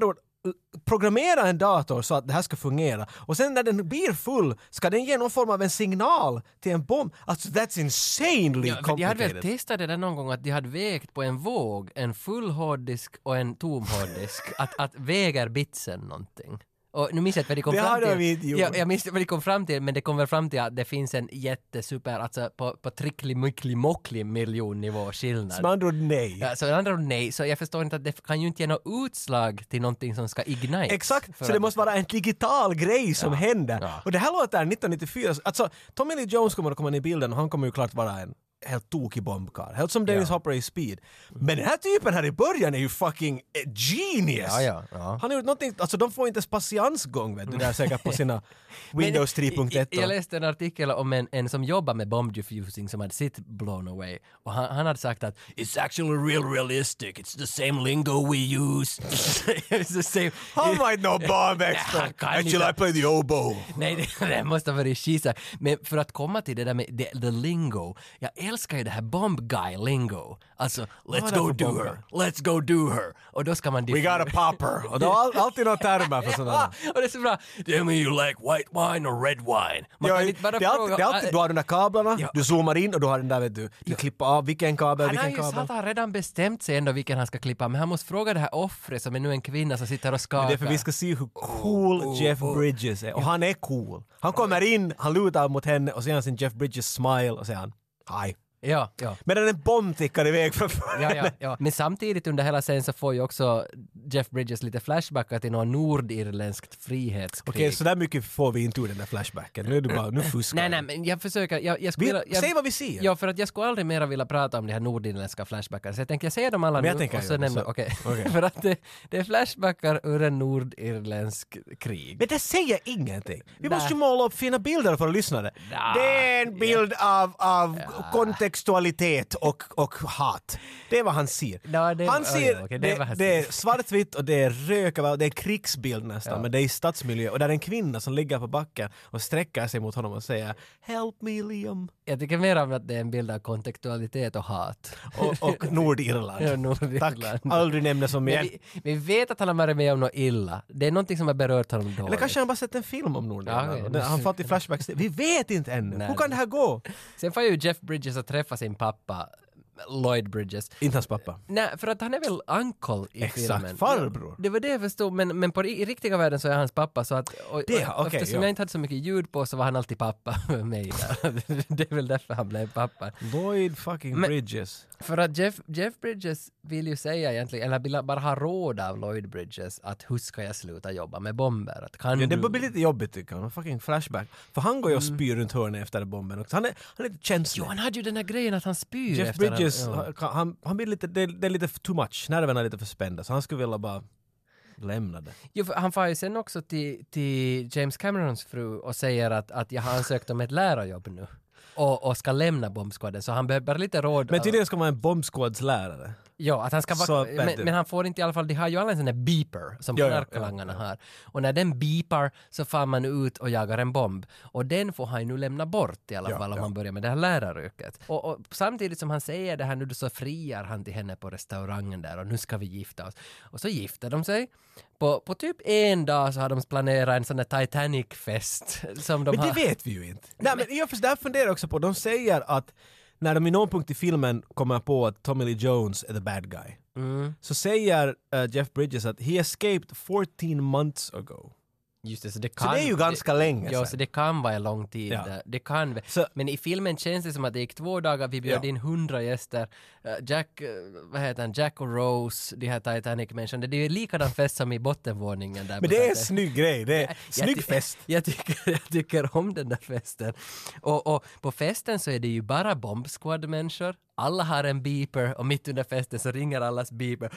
programmera en dator så att det här ska fungera. Och sen när den blir full ska den ge någon form av en signal till en bomb. Alltså that's insanely Ja, jag complicated. hade väl testat det där någon gång att de hade vägt på en våg en full hårddisk och en tom hårddisk. att, att väger bitsen någonting. Och nu minns jag inte vad de kom Det fram har till. de inte gjort. Jag, jag minns vad de kom fram till, men det kom väl fram till att det finns en jättesuper, alltså på, på trickli-muckli-mockli miljonnivå skillnad. Som andra ord nej. Ja, så andra ord nej, så jag förstår inte att det kan ju inte ge något utslag till någonting som ska ignite. Exakt, För så det att- måste vara en digital grej som Ja, händer. ja. Och det här låter nittonhundranittiofyra, alltså Tommy Lee Jones kommer att komma in i bilden och han kommer ju klart vara en helt tokig bombkar. Helt som Dennis Ja. Hopper i Speed. Men den här typen här i början är ju fucking eh, genius! Ja, ja, ja. Han har gjort någonting, alltså de får inte ens patiensgång vet du, där säkert på sina Windows tre punkt ett. Jag, jag läste en artikel om en, en som jobbar med bomb diffusing som hade sitt blown away. Och han, han hade sagt att it's actually real realistic. It's the same lingo we use. It's the same. Han might know bomb Ja, expert. han kan Actually inte. I play the oboe. Nej, det, det måste ha varit skisa. Men för att komma till det där med the, the lingo. Jag älskar ju det här bomb guy lingo. Alltså, let's Vad är go det för do bomb her. Let's go do her. Och då ska man... We got a popper. Och det har all, alltid några termer för sådana. Ja, och det är så bra. Tell me you like white wine or red wine. Man Ja, kan det, inte bara är alltid, fråga... det är alltid, du har de där kablarna, Ja. du zoomar in och du har den där vet du, du klipper av vilken kabel, Han har vilken ju kabel. satan redan bestämt sig ändå vilken han ska klippa, men han måste fråga det här offret som är nu en kvinna som sitter och skakar. Men det är för vi ska se hur cool oh, Jeff oh. Bridges är. Och han är cool. Han kommer in, han lutar mot henne och så gör han sin Jeff Bridges smile och säger han hi. Ja, ja. Medan en bomb tickar iväg framför Ja, henne. ja, ja. Men samtidigt under hela scenen så får ju också Jeff Bridges lite flashbackar till något nordirländskt frihetskrig. Okej, så där mycket får vi inte ur den där flashbacken. Nu är du bara, nu fuskar Nej, du. nej, men jag försöker... Jag, jag skulle, Vi- vilja- jag, säg vad vi ser. Ja, för att jag skulle aldrig mera vilja prata om de här nordirländska flashbackarna. Så jag tänker, jag säger dem alla Men jag nu tänker och så göra det, nämner... så- Okej. okej. för att det, det är flashbackar ur en nordirländsk krig. Men det säger ingenting. Vi Nej. måste ju måla upp fina bilder för lyssnare. Nej. Det är en bild av, av kontextualitet och, och hat. Det är vad han ser. Ja, det- han ja, ser, ja, okej, det det, är vad han det är ser. svartvitt och det är rök, och det är krigsbild nästan, Ja. men det är i stadsmiljö. Och där är en kvinna som ligger på backen och sträcker sig mot honom och säger “Help me Liam” Jag tycker mer om att det är en bild av kontextualitet och hat. och, och Nordirland. Ja, Nordirland. Tack, aldrig nämnas om Men igen. vi, vi vet att han har varit med om något illa. Det är någonting som har berört honom dåligt. Eller kanske han bara sett en film om Nordirland. Ja, okej. och det- Han fått i flashbacks. Vi vet inte ännu. Nej. Hur kan det här gå? Sen får ju Jeff Bridges att träffa sin pappa, Lloyd Bridges. Inte hans pappa. Nej, för att han är väl uncle i Exakt, filmen. farbror. Ja, det var det jag förstod, men, men på i, i riktiga världen så är hans pappa så att... Och, Det, och, okej, eftersom ja. jag inte hade så mycket ljud på så var han alltid pappa med mig där. Det är väl därför han blev pappa. Lloyd fucking Men- Bridges. För att Jeff, Jeff Bridges vill ju säga egentligen, eller vill bara ha råd av Lloyd Bridges att hur ska jag sluta jobba med bomber? Att kan Ja, det du... börjar bli lite jobbigt tycker jag. Fucking flashback. För han går ju och Mm. spyr runt hörnet efter bomben också. Han är, han är lite känslig. Jo, han hade ju den här grejen att han spyr Jeff efter Bridges, Han, ja. han, han, han blir lite, det, det är lite too much. Nerverna är lite för spända. Så han skulle vilja bara lämna det. Jo, för han får ju sen också till, till James Camerons fru och säger att, att jag har ansökt om ett lärarjobb nu. Och, och ska lämna bombskåden, så han behöver lite råd. Men tydligen ska man vara en bombsquadslärare. Ja, att han ska Så, vara... vet Men, du. men han får inte i alla fall, de har ju alla en sån där beeper som Ja, ja, knarklangarna ja, ja. har. Och när den beepar så far man ut och jagar en bomb. Och den får han ju nu lämna bort i alla Ja, fall om ja. man börjar med det här läraryrket. Och, och samtidigt som han säger det här nu så friar han till henne på restaurangen där och nu ska vi gifta oss. Och så gifter de sig. På, på typ en dag så har de planerat en sån där Titanic-fest som de Men har... det vet vi ju inte. Nej, men jag där funderar jag också på, de säger att när de i någon punkt i filmen kommer på att Tommy Lee Jones är the bad guy, Mm. så säger uh, Jeff Bridges att he escaped fourteen months ago. Just det, så det Så kan... det är ju ganska länge Ja, sedan. så det kan vara en lång tid. Ja. där. Det kan vi. Så- Men i filmen känns det som att det gick två dagar, vi bjöd Ja. in hundra gäster. Uh, Jack, uh, vad heter han, Jack och Rose, de här Titanic-människorna. Det är ju likadan fest som i bottenvåningen där. Men på det är en Titanic. snygg grej, det är Jag snygg ty- fest. Jag tycker, jag tycker om den där festen. Och, och på festen så är det ju bara bombsquad-människor. Alla har en beeper och mitt under festen så ringer allas beeper.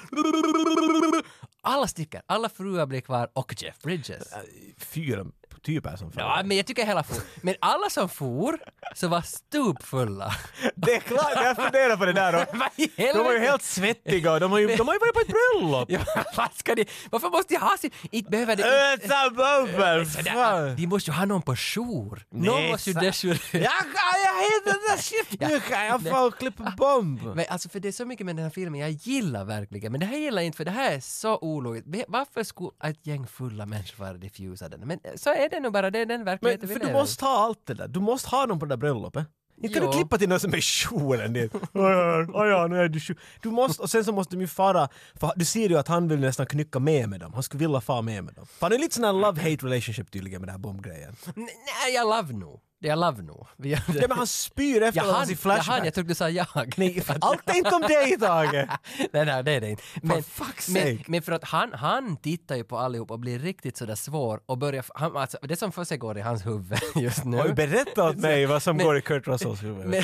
Alla sticker, alla fruar blir kvar och Jeff Bridges. Fyra typer som Ja, men jag tycker hela for. Men alla som for så var stupfulla. Det är klart, jag funderar på det där. Och Vad i de var ju helvete? helt svettiga och de har ju, de har ju varit på ett bröllop. Ja, vad ska de, varför måste jag ha sin... Inte behöver det... Ösa bubbel! Sådär, de måste ju ha någon på jour. Någon Nej, måste ju sa- dejourera. Jag kan, jag heter den där shit nu kan jag få klippa bomb. Men alltså för det är så mycket med den här filmen jag gillar verkligen, men det här gillar jag inte för det här är så ologiskt. Varför skulle ett gäng fulla människor vara diffusa den? Men så är det nog bara, det är den verkligheten Men vi för du lever i. måste ha allt det där. Du måste ha dem på det där bröllopet. Inte kan Jo. du klippa till någon som är kjolen dit. Ja, ja, nu är du tjo- Du måste, och sen så måste de ju fara, för du ser ju att han vill nästan knycka med med dem. Han skulle vilja fara med med dem. För han är lite sån här love-hate relationship tydligen med den här bombgrejen. N- Nej, jag love nog. Det är love nog. Vi gör det. Ja, men han spyr efter Jag honom hann, i jag flashback. hann, jag trodde du sa jag. Nej, allt är inte om dig, Tage! nej, nej, det är det inte. Men, fuck's men, sake. men för att han, han tittar ju på allihop och blir riktigt sådär svår och börjar, han, alltså, det som för sig går i hans huvud just nu. Har du berättat åt mig vad som Men- går i Kurt Russells huvud? Men,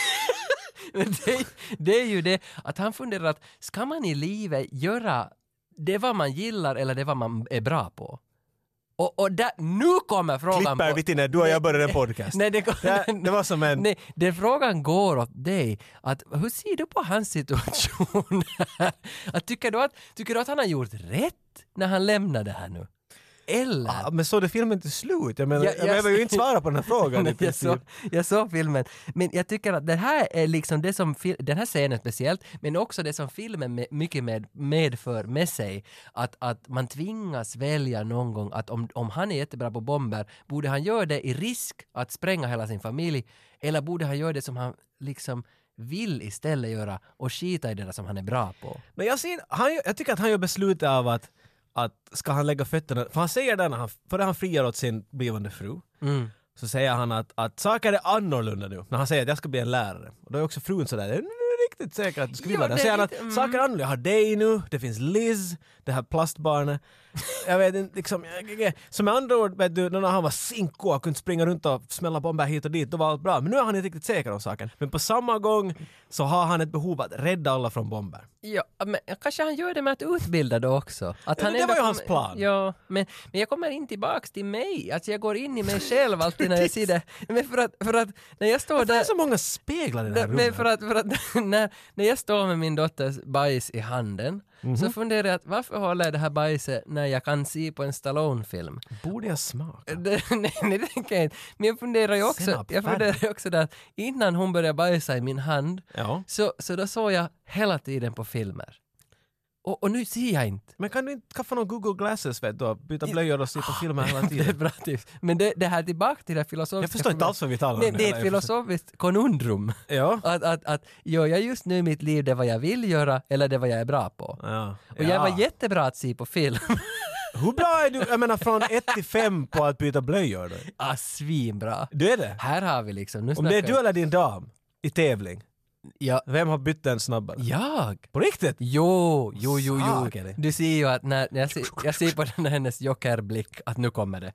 men det, det är ju det att han funderar att ska man i livet göra det vad man gillar eller det vad man är bra på? Och, och där, nu kommer frågan Klipper på... vi till när du och jag började en podcast. Nej, det, går, det, det var som en... nej, den frågan går åt dig. Att, hur ser du på hans situation här? Att, tycker, du att, tycker du att han har gjort rätt när han lämnar det här nu? Eller? Ja, men så det filmen till slut? Jag menar, Ja, jag, jag- behöver ju inte svara på den här frågan i Nej, jag, såg, princip. jag såg filmen, men jag tycker att det här är liksom det som, fil- den här scenen speciellt, men också det som filmen med, mycket med, medför med sig, att, att man tvingas välja någon gång att om, om han är jättebra på bomber, borde han göra det i risk att spränga hela sin familj, eller borde han göra det som han liksom vill istället göra och skita i det där som han är bra på? Men jag, ser, han, jag tycker att han gör beslutet av att, att ska han lägga fötterna... För han säger det när han, före han friar åt sin blivande fru. Mm. Så säger han att, att saker är annorlunda nu. När han säger att jag ska bli en lärare. Och då är också frun sådär, är du riktigt säker att du ska Jo, vilja det? det Så säger är han att lite- mm. saker är annorlunda. Jag har dig nu, det finns Liz, det här plastbarnet. Jag vet inte, liksom... Jag, jag, så med andra ord, vet du, när han var sinko och kunde springa runt och smälla bomber hit och dit, då var allt bra. Men nu är han inte riktigt säker om saken. Men på samma gång så har han ett behov att rädda alla från bomber. Ja, men kanske han gör det med att utbilda då också. Att Ja, han det ändå var ju hans kommer- plan. Ja, men, men jag kommer in tillbaks till mig. Alltså jag går in i mig själv alltid när jag ser det. Men för att, för att när jag står Det där... är så många speglar i det här Men rummet. för att, för att när, när jag står med min dotters bajs i handen Mhm. så funderar jag att varför håller jag det här bajset när jag kan se på en Stallone-film? Borde jag smaka? Det, nej, nej, det tänker jag inte. Men jag funderar ju också, Senap, jag funderar ju också där att innan hon började bajsa i min hand Ja. så, så då såg jag hela tiden på filmer. Och, och nu ser jag inte. Men kan du inte skaffa någon Google Glasses vet du, och byta blöjor och se på filmer hela Det är tiden? bra tips. Men det, det här tillbaka till det filosofiska... Jag förstår inte alls vad vi talar om. Nej, det är Eller ett jag förstår- filosofiskt konundrum. Ja. Att, att, att gör jag just nu i mitt liv det vad jag vill göra eller det vad jag är bra på? Ja. Och jag var jättebra att se på film. Hur bra är du, jag menar från ett till fem på att byta blöjor då? ah, svinbra. Du är det? Här har vi liksom... Nu Om det är snackar du eller din dam i tävling, Ja, vem har bytt den snabbare? jag! På riktigt? Jo, jo, jo, jo. Sak är det. Du ser ju att när, när jag, ser, jag ser på den där hennes jokerblick att nu kommer det.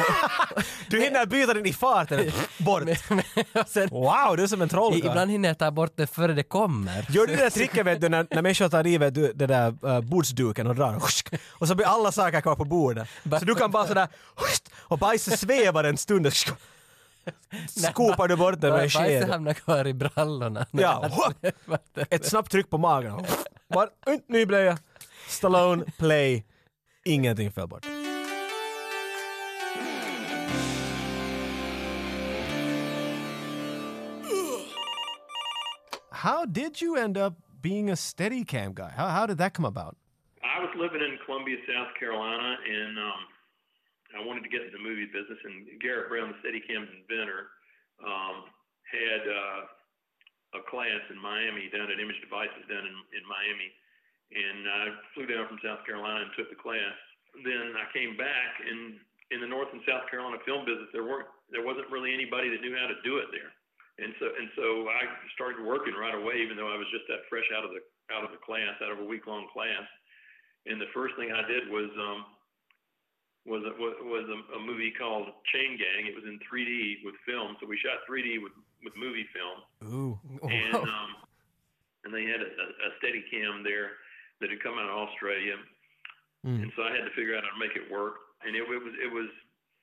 Du hinner byta den i farten. Bort. Och sen, Wow, du är som en trollkarl. ibland hinner jag ta bort det före det kommer. Gör du det där tricket vet du när, när människor tar i vet du, det där uh, bordsduken och drar och så blir alla saker kvar på bordet. Så du kan bara sådär och bajset svävar en stund och skopar du bort den med en Bajset sked. hamnar kvar i brallorna. Ja, ett snabbt tryck på magen. Bara, uh, ny blöja. Stallone, play. Ingenting föll bort. How did you end up being a Steadicam guy? How, how did that come about? I was living in Columbia, South Carolina, and um, I wanted to get into the movie business. And Garrett Brown, the Steadicam's inventor, um, had uh, a class in Miami down at Image Devices down in, in Miami. And I flew down from South Carolina and took the class. Then I came back, and in the North and South Carolina film business, there weren't there wasn't really anybody that knew how to do it there. And so and so I started working right away, even though I was just that fresh out of the out of the class, out of a week long class. And the first thing I did was um, was a, was a, a movie called Chain Gang. It was in three D with film, so we shot three D with with movie film. Ooh. And um, and they had a, a Steadicam there that had come out of Australia, Mm. and so I had to figure out how to make it work. And it, it was it was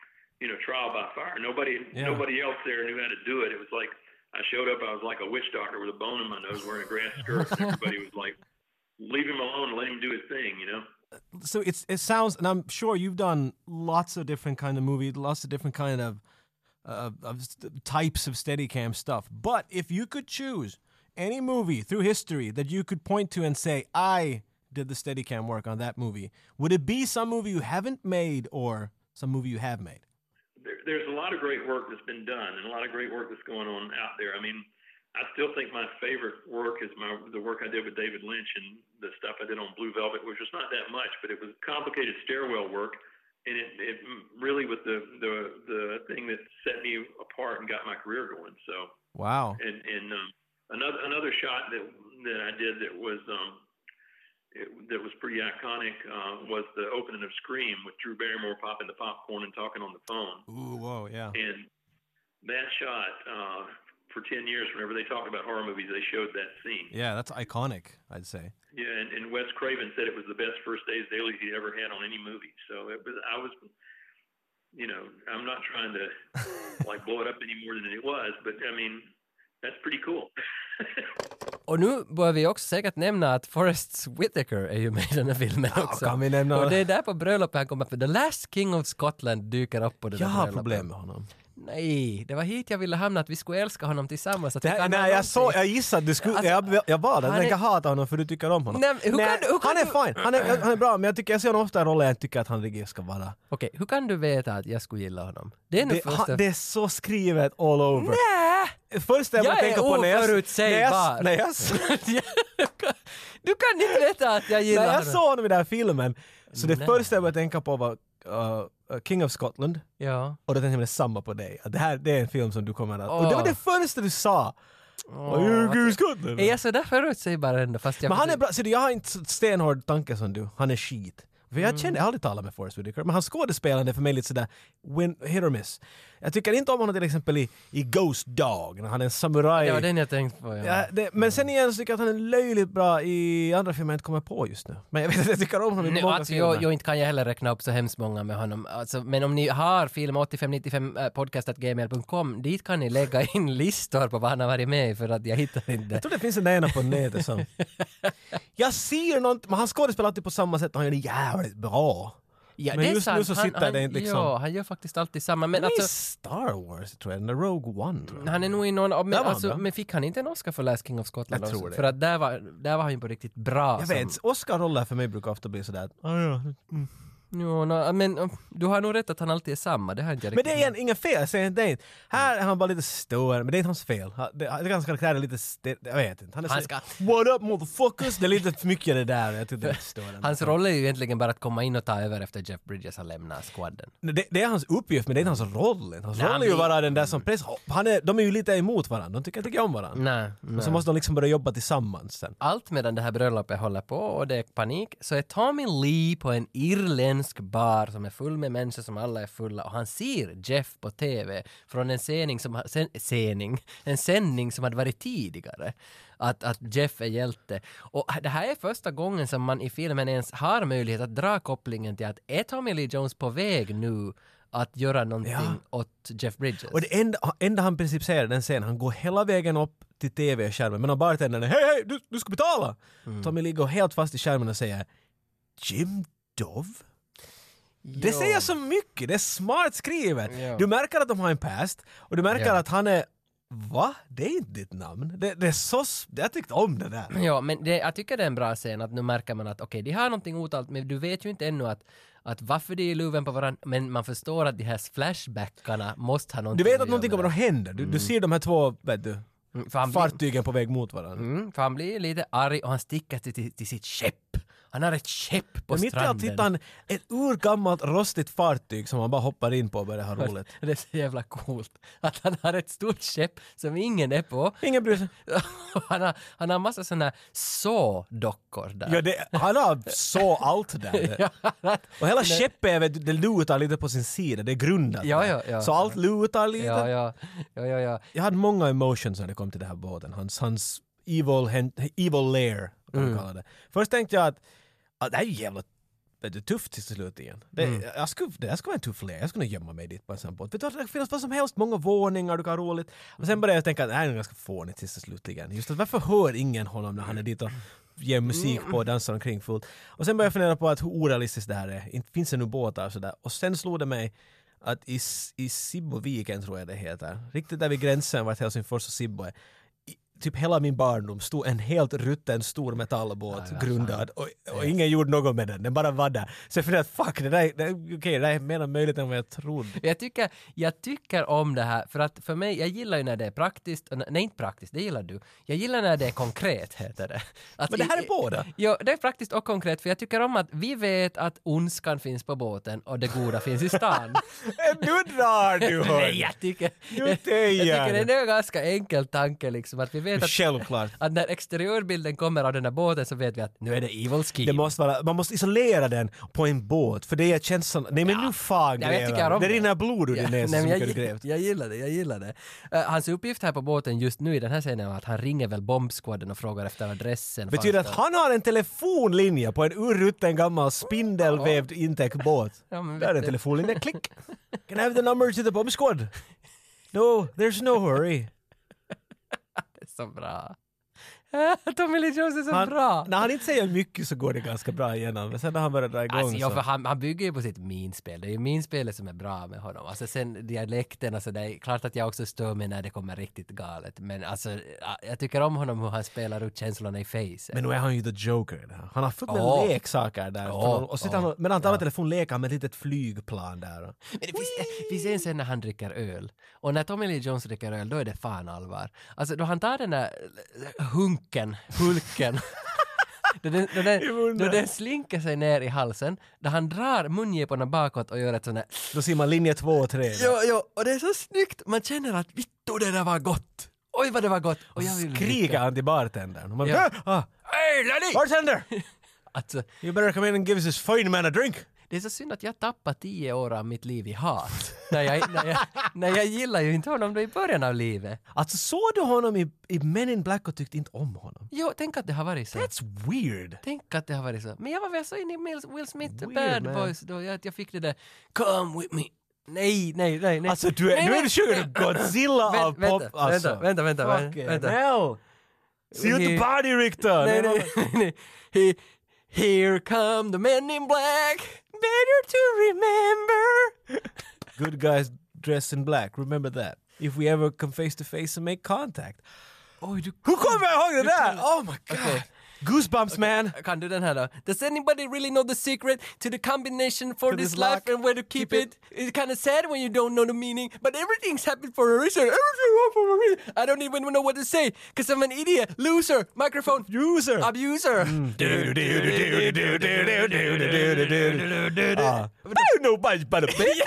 you know, trial by fire. Nobody, Yeah. nobody else there knew how to do it. It was like I showed up. I was like a witch doctor with a bone in my nose, wearing a grass skirt. And everybody was like, "Leave him alone and let him do his thing," you know. So it's it sounds, and I'm sure you've done lots of different kind of movies, lots of different kind of uh, of st- types of Steadicam stuff. But if you could choose any movie through history that you could point to and say, I did the Steadicam work on that movie, would it be some movie you haven't made or some movie you have made? There, there's a lot of great work that's been done and a lot of great work that's going on out there. I mean, I still think my favorite work is my the work I did with David Lynch and the stuff I did on Blue Velvet, which was not that much, but it was complicated stairwell work, and it, it really was the, the the thing that set me apart and got my career going. So Wow. and and um, another another shot that that I did that was um it, that was pretty iconic uh, was the opening of Scream with Drew Barrymore popping the popcorn and talking on the phone. Ooh, whoa, yeah. And that shot, uh, for ten years, whenever they talked about horror movies, they showed that scene. Yeah, that's iconic, I'd say. Yeah, and, and Wes Craven said it was the best first days dailies he'd ever had on any movie. So it was, I was, you know, I'm not trying to like blow it up any more than it was, but I mean, that's pretty cool. Och nu bör vi också säkert nämna att Forrest Whitaker är ju med i den här filmen också. kan vi nämna- Och det är där på bröllopet han kommer, för The Last King of Scotland dyker upp på det Jag där har bröllopet. problem med honom. Nej, det var hit jag ville hamna, att vi skulle älska honom tillsammans. Att vi Det, kan ha nej, jag, någonting. så, jag gissade att du skulle... Alltså, jag, jag bad att han jag är- kan hata honom för du tycker om honom. Nej, hur kan du- hur kan han är du- fine, han är, han är bra, men jag tycker jag ser honom ofta i roller jag tycker att han riktigt ska vara. Okej, hur kan du veta att jag skulle gilla honom? Det är nog Det, första... han, det är så skrivet all over. Nä! Först jag Jag tänka är på när jag... oförutsägbar. När jag, när jag, Du kan inte veta att jag gillar när jag honom. såg honom i den här filmen, så det Nej. första jag började tänka på var uh, King of Scotland. Ja. Och då tänkte jag det är samma på dig. Att det här det är en film som du kommer att... Och det var Åh. det första du sa! Åh, Oh, you're King of Scotland! Är jag så där förutsägbar ändå? Fast jag Men han är bra, så jag har inte så stenhård tanke som du. Han är skit. För jag känner, jag har aldrig talat med Forrest Whitaker, men hans skådespelande är för mig lite sådär win, hit or miss. Jag tycker inte om honom till exempel i, i Ghost Dog, när han är en samuraj. Det var den jag tänkte på, ja. Ja, det, men sen igen så tycker jag att han är löjligt bra i andra filmer jag inte kommer på just nu. Men jag vet att jag tycker om honom i Nej, många alltså, filmer. jag, jag inte kan jag heller räkna upp så hemskt många med honom. Alltså, men om ni har film åttiofem nittiofem podcast at gmail punkt com, dit kan ni lägga in listor på vad han har varit med i, för att jag hittar inte. Jag tror det finns en ena på nätet som... jag ser något, men han skådespelar alltid på samma sätt och han gör det jävligt bra. Ja, Men det är just sant. nu så Han- sitter han, det inte liksom- Ja, han gör faktiskt alltid samma. Men Men i alltså, Star Wars tror jag, den där Rogue One tror jag. han är nog i någon... Men, Där var han alltså, bra. men fick han inte en Oscar för Last King of Scotland Jag tror också? det. För att där var, där var han ju på riktigt bra. Jag som- vet, Oscar-roller för mig brukar ofta bli sådär, ah, ja. mm. Jo, no, men uh, du har nog rätt att han alltid är samma. Det har inte jag Men det är riktigt- igen, inga fel, jag säger inte det. inte. Här är han bara lite stör, men det är inte hans fel. Han- Det, det är ganska karaktär är lite, st- jag vet inte. Han är Han så, ska- what up motherfuckers? Det är lite för mycket det där. Jag tycker det är störande. Hans roll är ju egentligen bara att komma in och ta över efter Jeff Bridges har lämnat squadden. Det, det är hans uppgift, men det är inte hans roll. Hans Nej, roll är ju men- vara den där som press... Han är, de är ju lite emot varandra, de tycker inte om varandra. Nej, nej. Och så måste de liksom börja jobba tillsammans sen. Allt medan det här bröllopet håller på och det är panik, så är Tommy Lee på en irländsk bar som är full med människor som alla är fulla, och han ser Jeff på T V från en sändning som, ha- sen, sändning, en sändning som hade varit tidigare. Att, att Jeff är hjälte. Och det här är första gången som man i filmen ens har möjlighet att dra kopplingen till att är Tommy Lee Jones på väg nu att göra någonting Ja. åt Jeff Bridges? Och det enda, enda han i princip säger i den scenen, han går hela vägen upp till T V-skärmen, men han bartendern är hej hej, du, du ska betala! Mm. Tommy Lee går helt fast i skärmen och säger Jim Dove? Det Ja. säger så mycket, det är smart skrivet. Ja. Du märker att de har en past och du märker Ja. att han är va? Det är inte ditt namn. Det, det är så... s- Jag tyckte om det där. Ja, men det, jag tycker det är en bra scen att nu märker man att okej, de har någonting otalt, men du vet ju inte ännu att, att varför de är i luven på varandra, men man förstår att de här flashbackarna måste ha någonting Du vet att att någonting göra kommer med att hända. Du, du ser de här två vet du, det. Mm, för, han blir, fartygen på väg mot varandra. mm, för han blir lite arg och han sticker till, till, till sitt skepp. Han har ett skepp på Och mitt i allt stranden. hittar han ett urgammalt rostigt fartyg som man bara hoppar in på och börjar ha roligt. Det är så jävla coolt att han har ett stort skepp som ingen är på. Ingen bryr sig. han, har, han har massa såna så-dockor där. Ja, det, han har så allt där. Och hela skeppet är, vet du, det lutar lite på sin sida, det är grundat. Ja, där. ja, ja. Så allt lutar lite. ja, ja, ja, ja, ja. Jag hade många emotions när det kom till den här båten. Hans, hans evil, hen, evil lair, kan man Mm. kalla det. Först tänkte jag att, att det här är ju jävla vet du, tufft till slut igen. Det, mm. jag, skulle, det jag skulle vara en tuff läge. Jag skulle gömma mig dit på en sån båt. Vet du, det finns vad som helst, många våningar, du kan ha roligt. Och sen började jag tänka att det här är ganska fånigt till slutligen. Just att varför hör ingen honom när han är dit och ger musik på och dansar omkring fullt. Och sen började jag fundera på att hur orealistiskt det här är. Inte finns det nu båtar och sådär. Och sen slog det mig att i, i Sibboviken tror jag det heter. Riktigt där vid gränsen vart Helsingfors och Sibbo är. Typ hela min barndom stod en helt rutten stor metallbåt ja, grundad och, och ingen gjorde något med den, den bara var där. Så jag funderade att fuck, det där, det, okay, det där är mer möjligt än vad jag trodde. Jag tycker, jag tycker om det här, för att för mig, jag gillar ju när det är praktiskt, nej inte praktiskt, det gillar du. Jag gillar när det är konkret, heter det. Att Men det här är båda. Jo, det är praktiskt och konkret, för jag tycker om att vi vet att ondskan finns på båten och det goda finns i stan. Nu drar du! Nej, jag tycker, jag, jag tycker det är en ganska enkel tanke liksom, att vi vet att, självklart. Att när exteriörbilden kommer av den här båten så vet vi att nu är det evil scheme. Det måste vara, man måste isolera den på en båt för det känns som, nej men ja. nu fan ja, gräva. Det rinner blod ur din näsa som jag, du grävt. Jag gillar det, jag gillar det. Uh, hans uppgift här på båten just nu i den här scenen är att han ringer väl bombskåden och frågar efter adressen. Betyder att han har en telefonlinje på en urrutten gammal spindelvävd intäckbåt. Ja, där är en telefonlinje, klick. Can I have the number to the bomb squad? No, there's no hurry. Det är så bra. Tommy Lee Jones är så han, bra. När han inte säger mycket så går det ganska bra igenom. Men sen när han börjar dra igång alltså, ja, så... för han, han bygger ju på sitt minspel. Det är ju minspelet som är bra med honom. Alltså sen dialekten, alltså det är klart att jag också stör mig när det kommer riktigt galet. Men alltså, jag tycker om honom hur han spelar ut känslorna i face. Men nu är han ju the Joker. Han har fullt med oh. leksaker där. Oh. Och sitter oh. han, men han talar ja. telefon leker med ett litet flygplan där. Men det finns, finns en scen när han dricker öl. Och när Tommy Lee Jones dricker öl, då är det fan allvar. Alltså då han tar den där hunken, hulken, då den, då, den, då den slinker sig ner i halsen, då han drar mungiporna bakåt och gör ett sånt här... Då ser man linje två och tre. Jo, jo, och det är så snyggt. Man känner att vittu det där var gott. Oj vad det var gott. Och jag vill skrika han till bartendern. Man ja. ah, hey Lenny! Bartender! Alltså, you better come in and give us this fine man a drink. Det är så synd att jag tappar tio år av mitt liv i hat. när, jag, när, jag, när jag gillar ju inte honom då i början av livet. Alltså såg du honom i, i Men in Black och tyckte inte om honom? Jo, tänk att det har varit så. That's weird. Tänk att det har varit så. Men jag var väl så inne i Will Smith weird, Bad man. Boys då jag, jag fick det där come with me. Nej, nej, nej, nej. Alltså du är, nej, du är sjukt Godzilla vänt, av vänta, pop. Alltså. Vänta, vänta, vänta. Fuck vänta. Hell. Se ut the body Richter. Nej, nej, nej. He, here come the men in black. Better to remember. Good guys dressed in black. Remember that. If we ever come face to face and make contact. Oj, du Hur kommer jag ihåg det där? Oh my god. Okay. Goosebumps, okay. Man. Kan du den här då? Does anybody really know the secret to the combination for, for this, this life lock, and where to keep, keep it? it? It's kind of sad when you don't know the meaning, but everything's happened for a reason. Everything happened for a reason. I don't even know what to say, because I'm an idiot, loser, microphone, user, abuser. Nobody but a bitch.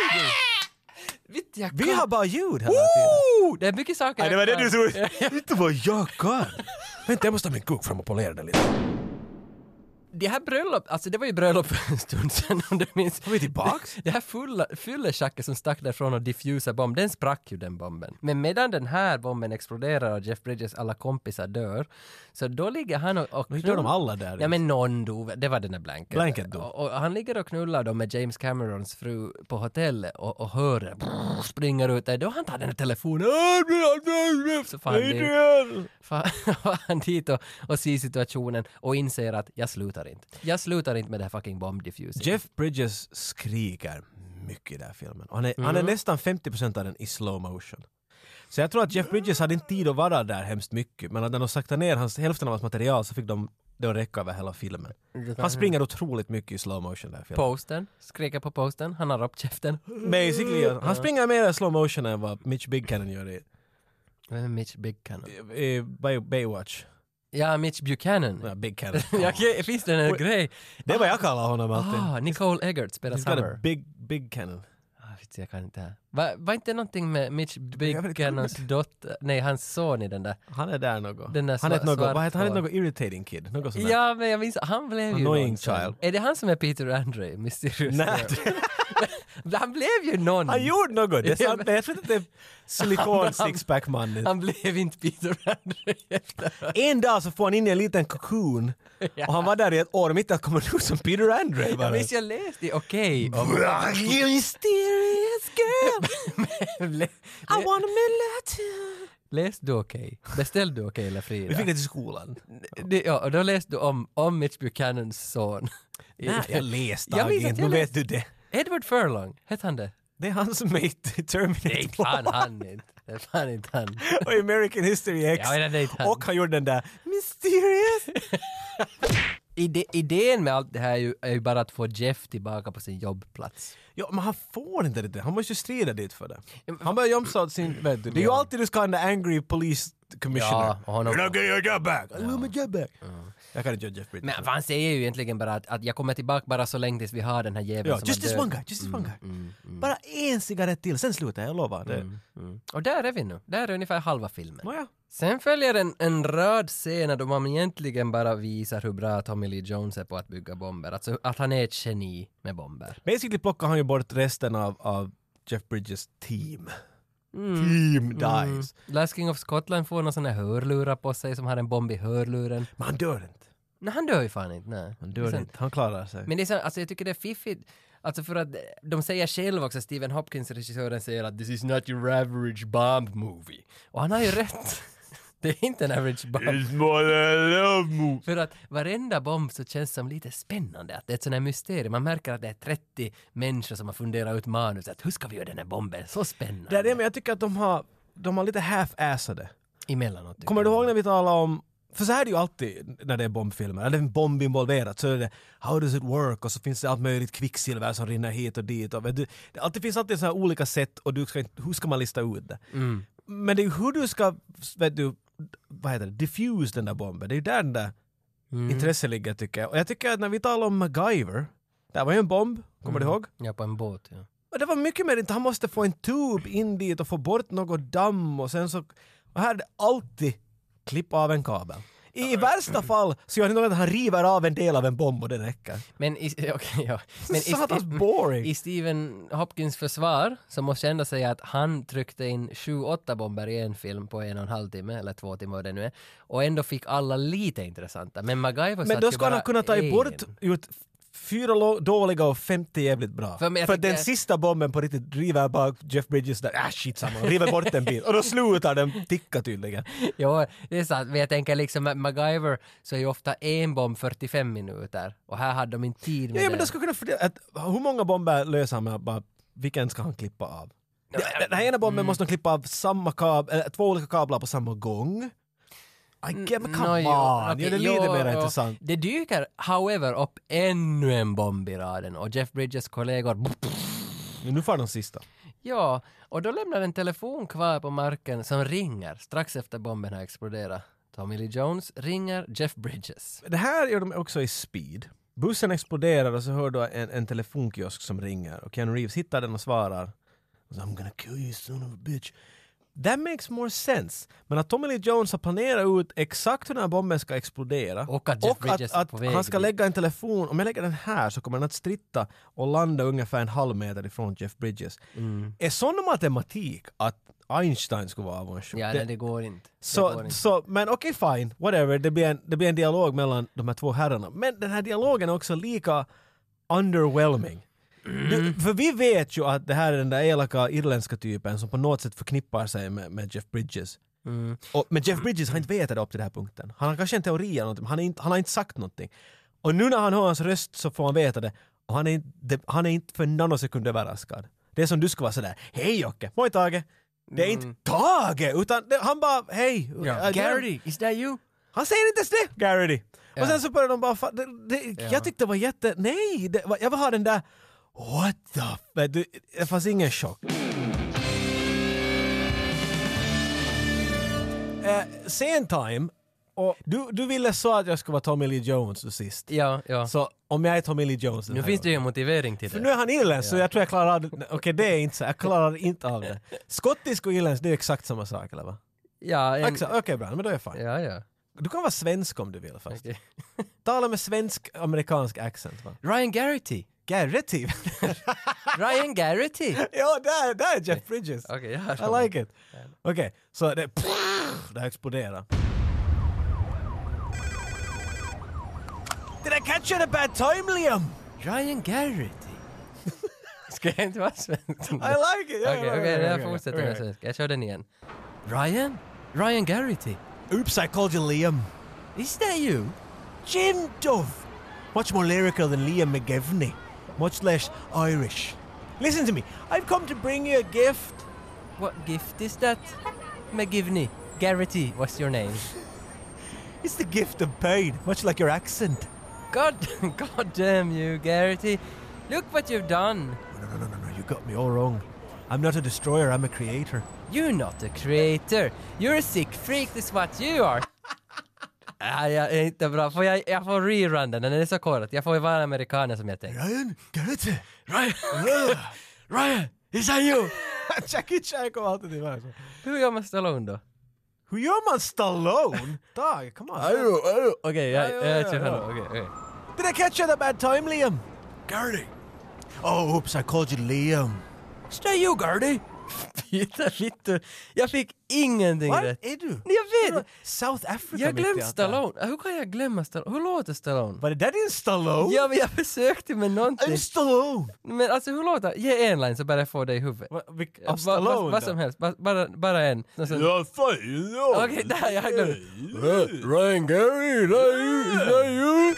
Vitt, vi har bara ljud hela tiden. Det är mycket saker. Nej, det var det du såg. Inte vad jag kan. Vänta, jag måste ha min kuk fram och polera den lite. Det här bröllop, alltså det var ju bröllop för en stund sedan om du minns. Var vi tillbaks? Det här fulla, fylleschacket som stack därifrån och diffusa bomb, den sprack ju den bomben. Men medan den här bomben exploderar och Jeff Bridges alla kompisar dör, så då ligger han och, och knullar. De alla där? Ja men någon dog, det var den där Blanket. Blanket dog. Och, och han ligger och knullar då med James Camerons fru på hotellet och, och hör brrr, springer ut där. Då han tar den här telefonen. Så fan dit, fan dit och, och ser situationen och inser att jag slutar inte. Jag slutar inte med det här fucking bomb diffusing. Jeff Bridges skriker mycket i den här filmen. Han är, mm. han är nästan femtio procent av den i slow motion. Så jag tror att Jeff Bridges hade inte tid att vara där hemskt mycket. Men när de sakta ner hans, hälften av hans material så fick de det att räcka över hela filmen. Han springer otroligt mycket i slow motion där filmen. Posten, skriker på posten, han har upp käften. Basically, han springer mer i slow motion än vad Mitch Bigcanon gör i. Vem är Mitch Bigcanon? I, i Bay, Baywatch. Ja, Mitch Buchanan. Ja, Big Cannon. Ja, finns det en grej? Det är vad jag kallar honom alltid. Ah, Nicole Eggert spelar Summer. Big, big Cannon. Ah, vet jag kan inte. Var, var inte någonting med Mitch Buchanans dotter? Nej, hans son i den där. Han är där något. Den där han är något, vad heter han? Är något irritating kid. Något sånt där. Ja, men jag minns, han blev ju annoying någon child. Är det han som är Peter Andre? Mysterious. Nej. Han blev ju någon. Han gjorde något. Det är sant. Jag tror inte det silikon sixpack-mannen. Han blev inte Peter Andre efter. En dag så får han in i en liten cocoon och han var där i ett år mitt att komma ut som Peter Andre. Jag visst jag läste det, okej. Okay. You mysterious girl. Le- I wanna melody. Läste du okej? Okay? Beställde du okej okay, eller Frida? Vi fick det till skolan. Det, ja, och då läste du om, om Mitch Buchanans son. Nej, jag läste jag inte. Nu vet du det. Edward Furlong, hette han det? Det är han som är i Terminator. Det är fan han inte. Det är fan inte han. Och i American History X. Ja, det är inte han. Och han gjorde den där mysterious. Ide, idén med allt det här är ju, är ju bara att få Jeff tillbaka på sin jobbplats. Ja, men han får inte det. Han måste ju strida dit för det. Han börjar jomsa åt sin... Vet du, det är ju alltid du ska ha den där angry police commissioner. Ja, och honom... You're not getting your job back. I will my job back. Ja. Jag kan inte göra Jeff Bridges. Men han säger ju egentligen bara att, att jag kommer tillbaka bara så länge tills vi har den här jäveln ja, som just har this död. one guy, just this one guy. Mm, mm, mm. Bara en cigarett till, sen slutar jag, jag lovar. Det. Mm, mm. Och där är vi nu. Där är ungefär halva filmen. Oh, ja. Sen följer en, en rad scener då man egentligen bara visar hur bra Tommy Lee Jones är på att bygga bomber. Alltså att han är ett geni med bomber. Basically plockar han ju bort resten av, av Jeff Bridges team. Mm. Team dies. Mm. Last King of Scotland får någon sån här hörlurar på sig som har en bomb i hörluren. Men han dör inte. Nej, han dör ju fan inte. Nej. Han dör inte. Han klarar sig. Men det är så, alltså jag tycker det är fiffigt. Alltså för att de säger själva också, Stephen Hopkins, regissören, säger att this is not your average bomb movie. Och han har ju rätt. Det är inte en average bomb. It's more than a love movie. För att varenda bomb så känns som lite spännande. Att det är ett sånt här mysterium. Man märker att det är trettio människor som har funderat ut manus. Att hur ska vi göra den här bomben? Så spännande. Det är det, men jag tycker att de har, de har lite half-assade. Emellanåt. Kommer du ihåg när vi talade om... För så här är det ju alltid när det är bombfilmer. Eller en bomb involverat så är det how does it work? Och så finns det allt möjligt kvicksilver som rinner hit och dit. Och, vet du, det alltid finns alltid så här olika sätt och du ska, hur ska man lista ut det? Mm. Men det är ju hur du ska, vet du, vad heter det, diffuse den där bomben. Det är ju där den där mm. intresset ligger tycker jag. Och jag tycker att när vi talar om MacGyver, där var ju en bomb, kommer mm. du ihåg? Ja, på en båt, ja. Och det var mycket mer inte, han måste få en tub in dit och få bort något damm och sen så, och här är det alltid klipp av en kabel. I värsta fall så gör det något att han river av en del av en bomb och det räcker. Men i, okay, ja. Men i, satans boring. I Stephen Hopkins försvar så måste jag ändå säga att han tryckte in sju åtta bomber i en film på en och en halv timme eller två timmar vad det nu är. Och ändå fick alla lite intressanta. Men MacGyver Men då ska han kunna ta en. bort gjort fyra lo- dåliga och femtio jävligt bra. För, För den sista bomben på riktigt river bara Jeff Bridges där, äh shit samma, river bort en bit. Och då slutar den ticka tydligen. Jo, det är sant. Men jag tänker liksom att MacGyver så är ju ofta en bomb fyrtiofem minuter. Och här hade de inte tid med ja, det. Ja, men då ska kunna fördela, att, hur många bomber löser han med bara, vilken ska han klippa av? Ja, den här ena bomben mm. måste de klippa av samma kab- eller, två olika kablar på samma gång. I get, men come no, on, okay, ja, det är lite jo, mer jo. intressant. Det dyker, however, upp ännu en bomb i raden och Jeff Bridges kollegor... Men nu får de sista. Ja, och då lämnar en telefon kvar på marken som ringer strax efter bomben har exploderat. Tommy Lee Jones ringer Jeff Bridges. Det här gör de också i Speed. Bussen exploderar och så hör du en, en telefonkiosk som ringer och Keanu Reeves hittar den och svarar I'm gonna kill you son of a bitch. That makes more sense. Men att Tommy Lee Jones har planerat ut exakt hur den här bomben ska explodera och att, Jeff och att, att, att han ska lägga en telefon, om jag lägger den här så kommer den att stritta och landa ungefär en halv meter ifrån Jeff Bridges. Mm. Är sån matematik att Einstein skulle vara avundsjuk? Ja, det, nej, det går inte. Det så, går inte. så, men okej, okay, fine, whatever. Det blir, en, det blir en dialog mellan de här två herrarna. Men den här dialogen är också lika underwhelming. Mm. Du, för vi vet ju att det här är den där elaka irländska typen som på något sätt förknippar sig med, med Jeff Bridges. Mm. Och, men Jeff Bridges har inte vetat det upp till den här punkten. Han har kanske en teori eller någonting, men han, är inte, han har inte sagt någonting. Och nu när han hör hans röst så får han veta det. Och han är, inte, han är inte för nanosekund överraskad. Det är som du ska vara sådär, hej Jocke, moi Tage. Det är mm. inte Tage, utan det, han bara, hej. Ja. Garrity, is that you? Han säger inte ens det, Garrity. Ja. Och sen så börjar de bara, fa- det, det, ja. jag tyckte det var jätte, nej, det, jag vill ha den där what the f- du, det fanns ingen chock. Uh, same time och du, du ville så att jag skulle vara Tommy Lee Jones du sist. Ja, ja. Så om jag är Tommy Lee Jones nu finns det ju en motivering till för det. nu är han irländsk ja. så jag tror jag klarar av det. Okej, okay, det är inte så. Jag klarar inte av det. Skottisk och irländsk, det är exakt samma sak, eller va? Ja. En... Okej, okay, bra. Men då är jag fan. Ja, ja. Du kan vara svensk om du vill fast. Okay. Tala med svensk-amerikansk accent, va? Ryan Garrity. Garrity. Ryan Garrity. Ja, där, där är Jeff Bridges. Okej, okay, jag har I like it. Okej, okay, så det, det exploderar. Did I catch you at a bad time, Liam? Ryan Garrity. Ska jag inte vara svensk? I like it. Okej, okej, jag fortsätter med svensk. Jag kör den igen. Ryan? Ryan Garrity. Oops, I called you Liam. Is that you? Jim Dove. Much more lyrical than Liam McGivney. Much less Irish. Listen to me. I've come to bring you a gift. What gift is that? McGivney. Garrity, what's your name? It's the gift of pain, much like your accent. God, God damn you, Garrity. Look what you've done. No, no, no, no, no, you got me all wrong. I'm not a destroyer, I'm a creator. You're not a creator. You're a sick freak, that's what you are. Ah, ja, inte bra. Får jag, jag får rerun den, den är så kort. Jag får ju vara amerikaner som jag tänker. Ryan, Garrity. Ryan, Ryan, is that you? Jackie Chan kom alltid till mig. Hur gör man Stallone då? Hur gör man Stallone? Dag, come on. Okej, jag, jag kör honom. Okej, okej. Did I catch you at a bad time, Liam? Garrity. Oh, oops, I called you Liam. Stay you, Gardy. Peter, Vittu. Jag fick ingenting Vad rätt. är du? Jag vet. South Africa. Jag mitt i glömde allt Stallone. Hur kan jag glömma Stallone? Hur låter Stallone? Var det där din Stallone? Ja, men jag försökte med någonting. I'm Stallone. Men alltså hur låter? Ge en line så bara jag får det i huvudet. Va, vilk, Ja, av va- Stallone va- Vad som då? helst. Ba- bara, bara en. Någon Ja, fan, ja. Okej, där jag glömde. Ryan Gary, is that you? Is that you?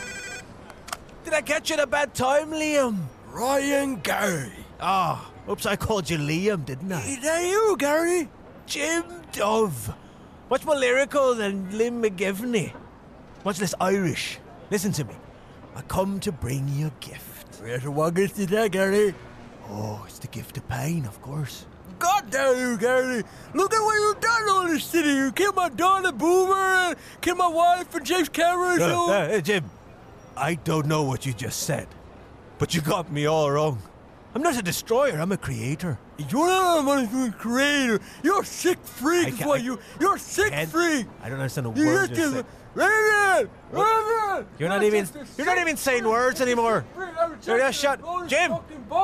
Did I catch you at a bad time, Liam? Ryan Gary. Ah, oops, I called you Liam, didn't I? Is that you, Gary? Jim Dove. Much more lyrical than Lim McGivney. Much less Irish. Listen to me. I come to bring you a gift. Where's the one gift is that, Gary? Oh, it's the gift of pain, of course. God damn you, Gary! Look at what you've done on this city! You killed my daughter, Boomer, and killed my wife, and James Cameron, Uh, so... uh, hey, Jim, I don't know what you just said, but you got me all wrong. I'm not a destroyer, I'm a creator. You're not a motherfucking creator! You're a sick freak, I is ca- what I you... You're a sick can't- freak! I don't understand a You word just you're give... saying. Raven! Raven! You're not even you're not even saying words anymore. You're just shut Jim!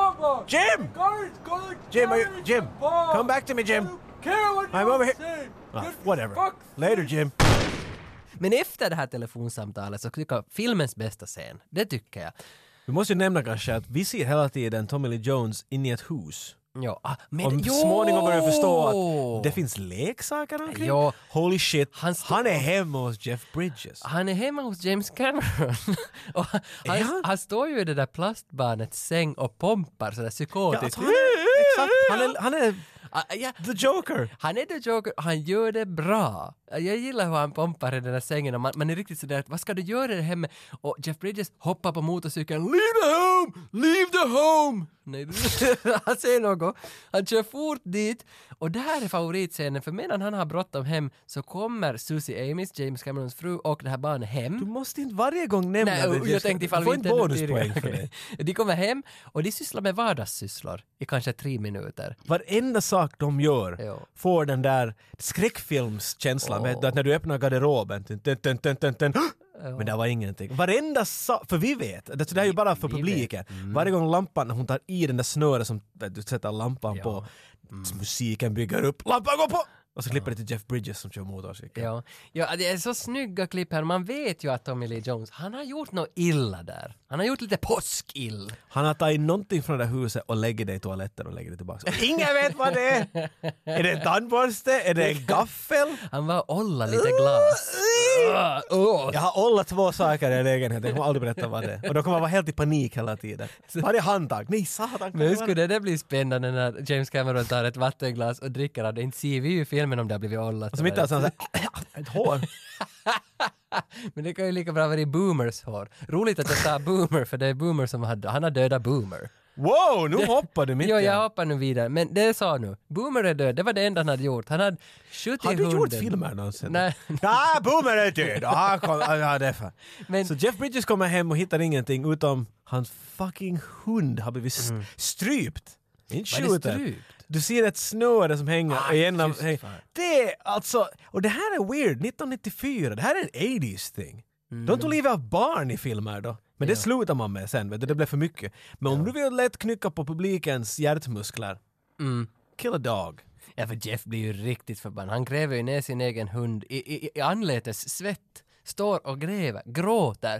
Jim! Jim, are you, Jim, come back to me, Jim. I'm over here. Ah, whatever. Later, Jim. Men efter det här telefonsamtalet så tycker jag filmens bästa scen, det tycker jag. Vi måste ju nämna kanske att vi ser hela tiden Tommy Lee Jones in i ett hus. Ja, ah, men Och jo! småningom börjar jag förstå att det finns leksaker omkring. Jo. Holy shit, Han stå- han är hemma hos Jeff Bridges. Han är hemma hos James Cameron. och han, Ja. han står ju i det där plastbarnets säng och pompar sådär Ja, psykotiskt. alltså, han, exakt, han är, han är Ah, ja, the Joker. han är the Joker, han gör det bra. Jag gillar hur han pompar i den här sängen och man, man är riktigt sådär att vad ska du göra där hemma? Och Jeff Bridges hoppar på motorcykeln. Leave the home! Leave the home! Nej, han säger något. Han kör fort dit. Och det här är favoritscenen för medan han har bråttom hem så kommer Susie Amis, James Camerons fru och det här barnet hem. Du måste inte varje gång nämna Nej, det. jag tänkte ifall du får vi inte inte... bonuspoäng för Okej. det. De kommer hem och de sysslar med vardagssysslor i kanske tre minuter. Varenda sak de gör Jo. får den där skräckfilmskänslan. Åh. Vet du, att när du öppnar garderoben, tun, tun, tun, tun, tun, tun, men det var ingenting. Varenda sak, för vi vet, det här är ju bara för vi publiken. vet. Mm. Varje gång lampan, när hon tar i den där snöret som vet du sätter lampan Ja. på, musiken bygger upp, lampan går på! Och så klipper det till Jeff Bridges som kör motorcykel. Ja. ja, det är så snygga klipp här. Man vet ju att Tommy Lee Jones, han har gjort något illa där. Han har gjort lite påskill. Han har tagit någonting från det där huset och lägger det i toaletten och lägger det tillbaka. Och ingen vet vad det är! Är det en tandborste? Är det en gaffel? Han var olla lite glas. Uh, uh. Jag har ollat två saker i lägenheten, jag kommer aldrig berätta vad det är. Och då kommer jag vara helt i panik hela tiden. Var är handtag? Nej, satan! Men hur skulle det bli spännande när James Cameron tar ett vattenglas och dricker av det? Inte ser vi ju i filmen om det har blivit ollat. Och så mitt i allt så har han såhär, ett hår. Men det kan ju lika bra vara i Boomers hår. Roligt att jag sa Boomer för det är Boomer som hade, han har dödat Boomer. Wow, nu hoppar du mitt Jo, i jag allt. hoppar nu vidare. Men det sa nu. Boomer är död. Det var det enda han hade gjort. Han hade skjutit Har du hunden. gjort filmer någonsin? Nej. Ah, Boomer är död! Ah, kom, ah, ja, det är fan. Men- Så Jeff Bridges kommer hem och hittar ingenting utom hans fucking hund har blivit s- strypt. Inte Var det skjuten. strypt? Du ser ett snöre som hänger Ah, i en av... just Hey, fan. det är alltså... Och det här är weird. nittonhundranittiofyra. Det här är en åttiotalet thing. Mm. De tog livet av barn i filmer då. Men det ja. slutar man med sen, vet du, det blev för mycket. Men ja. om du vill lätt knycka på publikens hjärtmuskler, mm. kill a dog. Ja, för Jeff blir ju riktigt förbannad. Han gräver ju ner sin egen hund i, i, i anletes svett. Står och gräver, gråter.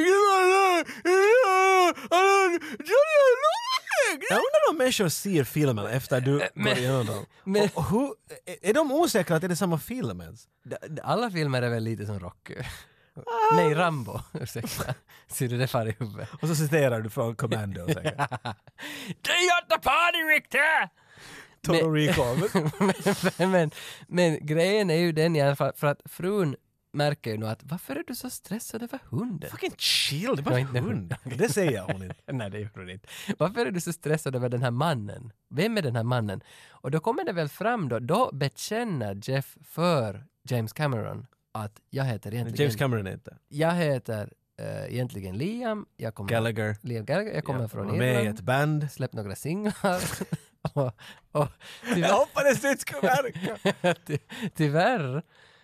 Jag undrar om människor ser filmen efter du går igenom dem. Men, och, och hur, är de osäkra att det är samma film ens? Alla filmer är väl lite som Rocky. Ah. Nej, Rambo. Ursäkta. Ser du det far i huvudet? Och så citerar du från Commando. Do you at the party, Richter? Total Recall. men, men, men grejen är ju den i alla fall, för att frun märker ju nu att varför är du så stressad över hunden? Fucking chill, det var en hund. Det säger hon inte. Nej, det gjorde hon inte. Varför är du så stressad över den här mannen? Vem är den här mannen? Och då kommer det väl fram då, då bekänner Jeff för James Cameron att jag heter egentligen... James Cameron är inte. Jag heter uh, egentligen Liam. Jag kommer, Gallagher. Liam Gallagher. Jag kommer ja, från Irland. Med i ett band. Släppt några singlar. och, och, tyvärr, jag hoppades det skulle verka. Ty, tyvärr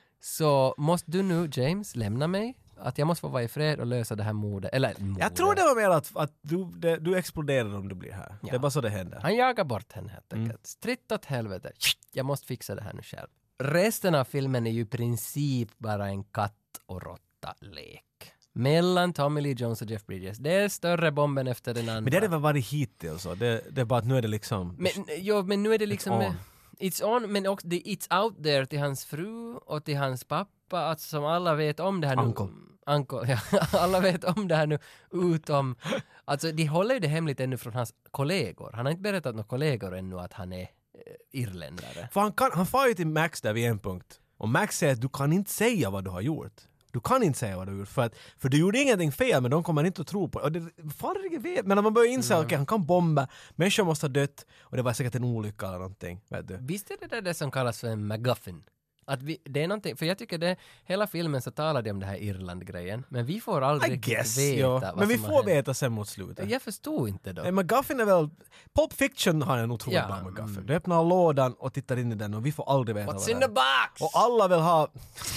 så måste du nu, James, lämna mig. Att jag måste få vara i fred och lösa det här mordet. Eller mordet. Jag tror det var mer att, att du, det, du exploderar om du blir här. Ja. Det är bara så det händer. Han jagar bort henne helt enkelt. Mm. Stritt åt helvete. Jag måste fixa det här nu själv. Resten av filmen är ju i princip bara en katt och råtta-lek. Mellan Tommy Lee Jones och Jeff Bridges. Det är större bomben efter den andra. Men det har det väl varit hittills så. Det, det är bara att nu är det liksom... Men, jo, men nu är det liksom... It's on, it's on men också det it's out there till hans fru och till hans pappa. Alltså som alla vet om det här nu. Uncle. Uncle, ja. Alla vet om det här nu utom... Alltså de håller ju det hemligt ännu från hans kollegor. Han har inte berättat några kollegor ännu att han är irländare. För han, kan, han far ju till Max där vid en punkt. Och Max säger att du kan inte säga vad du har gjort. Du kan inte säga vad du har gjort. För, att, för du gjorde ingenting fel, men de kommer inte att tro på det. Och det farliga vet. Men när man börjar inse mm. okej, okay, han kan bomba. Människor måste ha dött. Och det var säkert en olycka eller någonting. Vet du? Visst är det där det som kallas för en MacGuffin? Att vi, det är någonting, för jag tycker det, hela filmen så talar de om det här Irland-grejen, men vi får aldrig guess, veta ja. vad men vi som får veta sen mot slutet. Jag förstår inte då. Men MacGuffin är väl, Pulp Fiction har en otroligt ja, bra MacGuffin. Mm. Du öppnar lådan och tittar in i den och vi får aldrig veta What's vad in det är. the box? Och alla vill ha...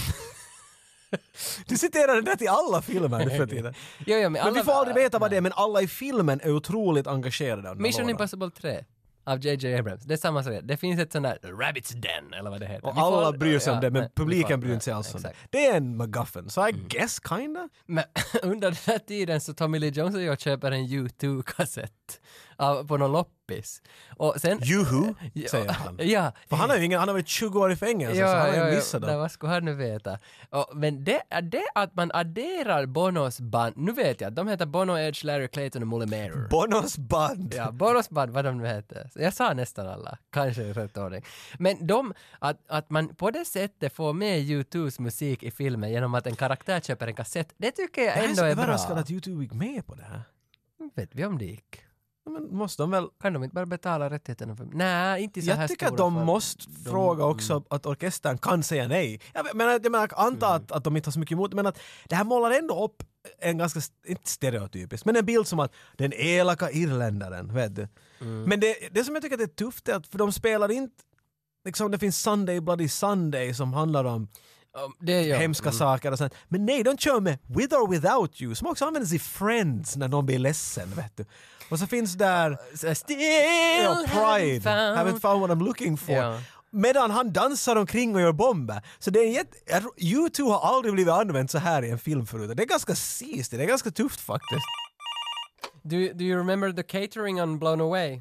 Du citerar det där till alla filmer nu för tiden. jo, jo, men, alla... men vi får aldrig veta vad det är, men alla i filmen är otroligt engagerade. Mission Impossible tre. Av J J Abrams. Det är samma sak. Det finns ett sånt där Rabbit's Den, eller vad det heter. Och alla får, bryr sig ja, om det, men nej, publiken får, bryr sig alls om det. Det är en MacGuffin, så I mm. guess kinda. Men under den här tiden så Tommy Lee Jones och jag köper en U två-kassett av, på någon loppis. Och sen... Juhu, säger han. Ja. För han har ju ingen, han har varit tjugo år i fängelse, ja, så han har ja, ju missat ja, dem. Vad skulle han nu veta? Och, men det är det att man adderar Bonos band. Nu vet jag, de heter Bono, Edge, Larry Clayton och Mulle Mayer. Bonos band? Ja, Bonos band, vad de nu heter. Jag sa nästan alla, kanske i rätt ordning. Men de, att, att man på det sättet får med U tvås musik i filmen genom att en karaktär köper en kassett, det tycker jag ändå är, är bra. Det är överraskande att U två gick med på det här. Vet vi om det gick? Men måste de väl... Kan de inte bara betala rättigheterna för... Nej, inte så jag här tycker att de för... måste de... fråga också mm. att orkestern kan säga nej. Jag menar, jag menar anta mm. att, att de inte har så mycket emot, men att det här målar ändå upp en ganska, inte stereotypisk, men en bild som att den elaka irländaren, vet du. Mm. Men det, det som jag tycker att det är tufft är att för de spelar inte, liksom det finns Sunday Bloody Sunday som handlar om det är hemska mm. saker och sånt. Men nej, de kör med With or Without You som också används i Friends när någon blir ledsen, vet du. Och så finns där Still ja, Pride, haven't found. haven't found what I'm looking for. Ja. Medan han dansar omkring och gör bomber. Så det är jätte... U två har aldrig blivit använt så här i en film förut. Det är ganska sist, det är ganska tufft faktiskt. Do, do you remember the catering on Blown Away?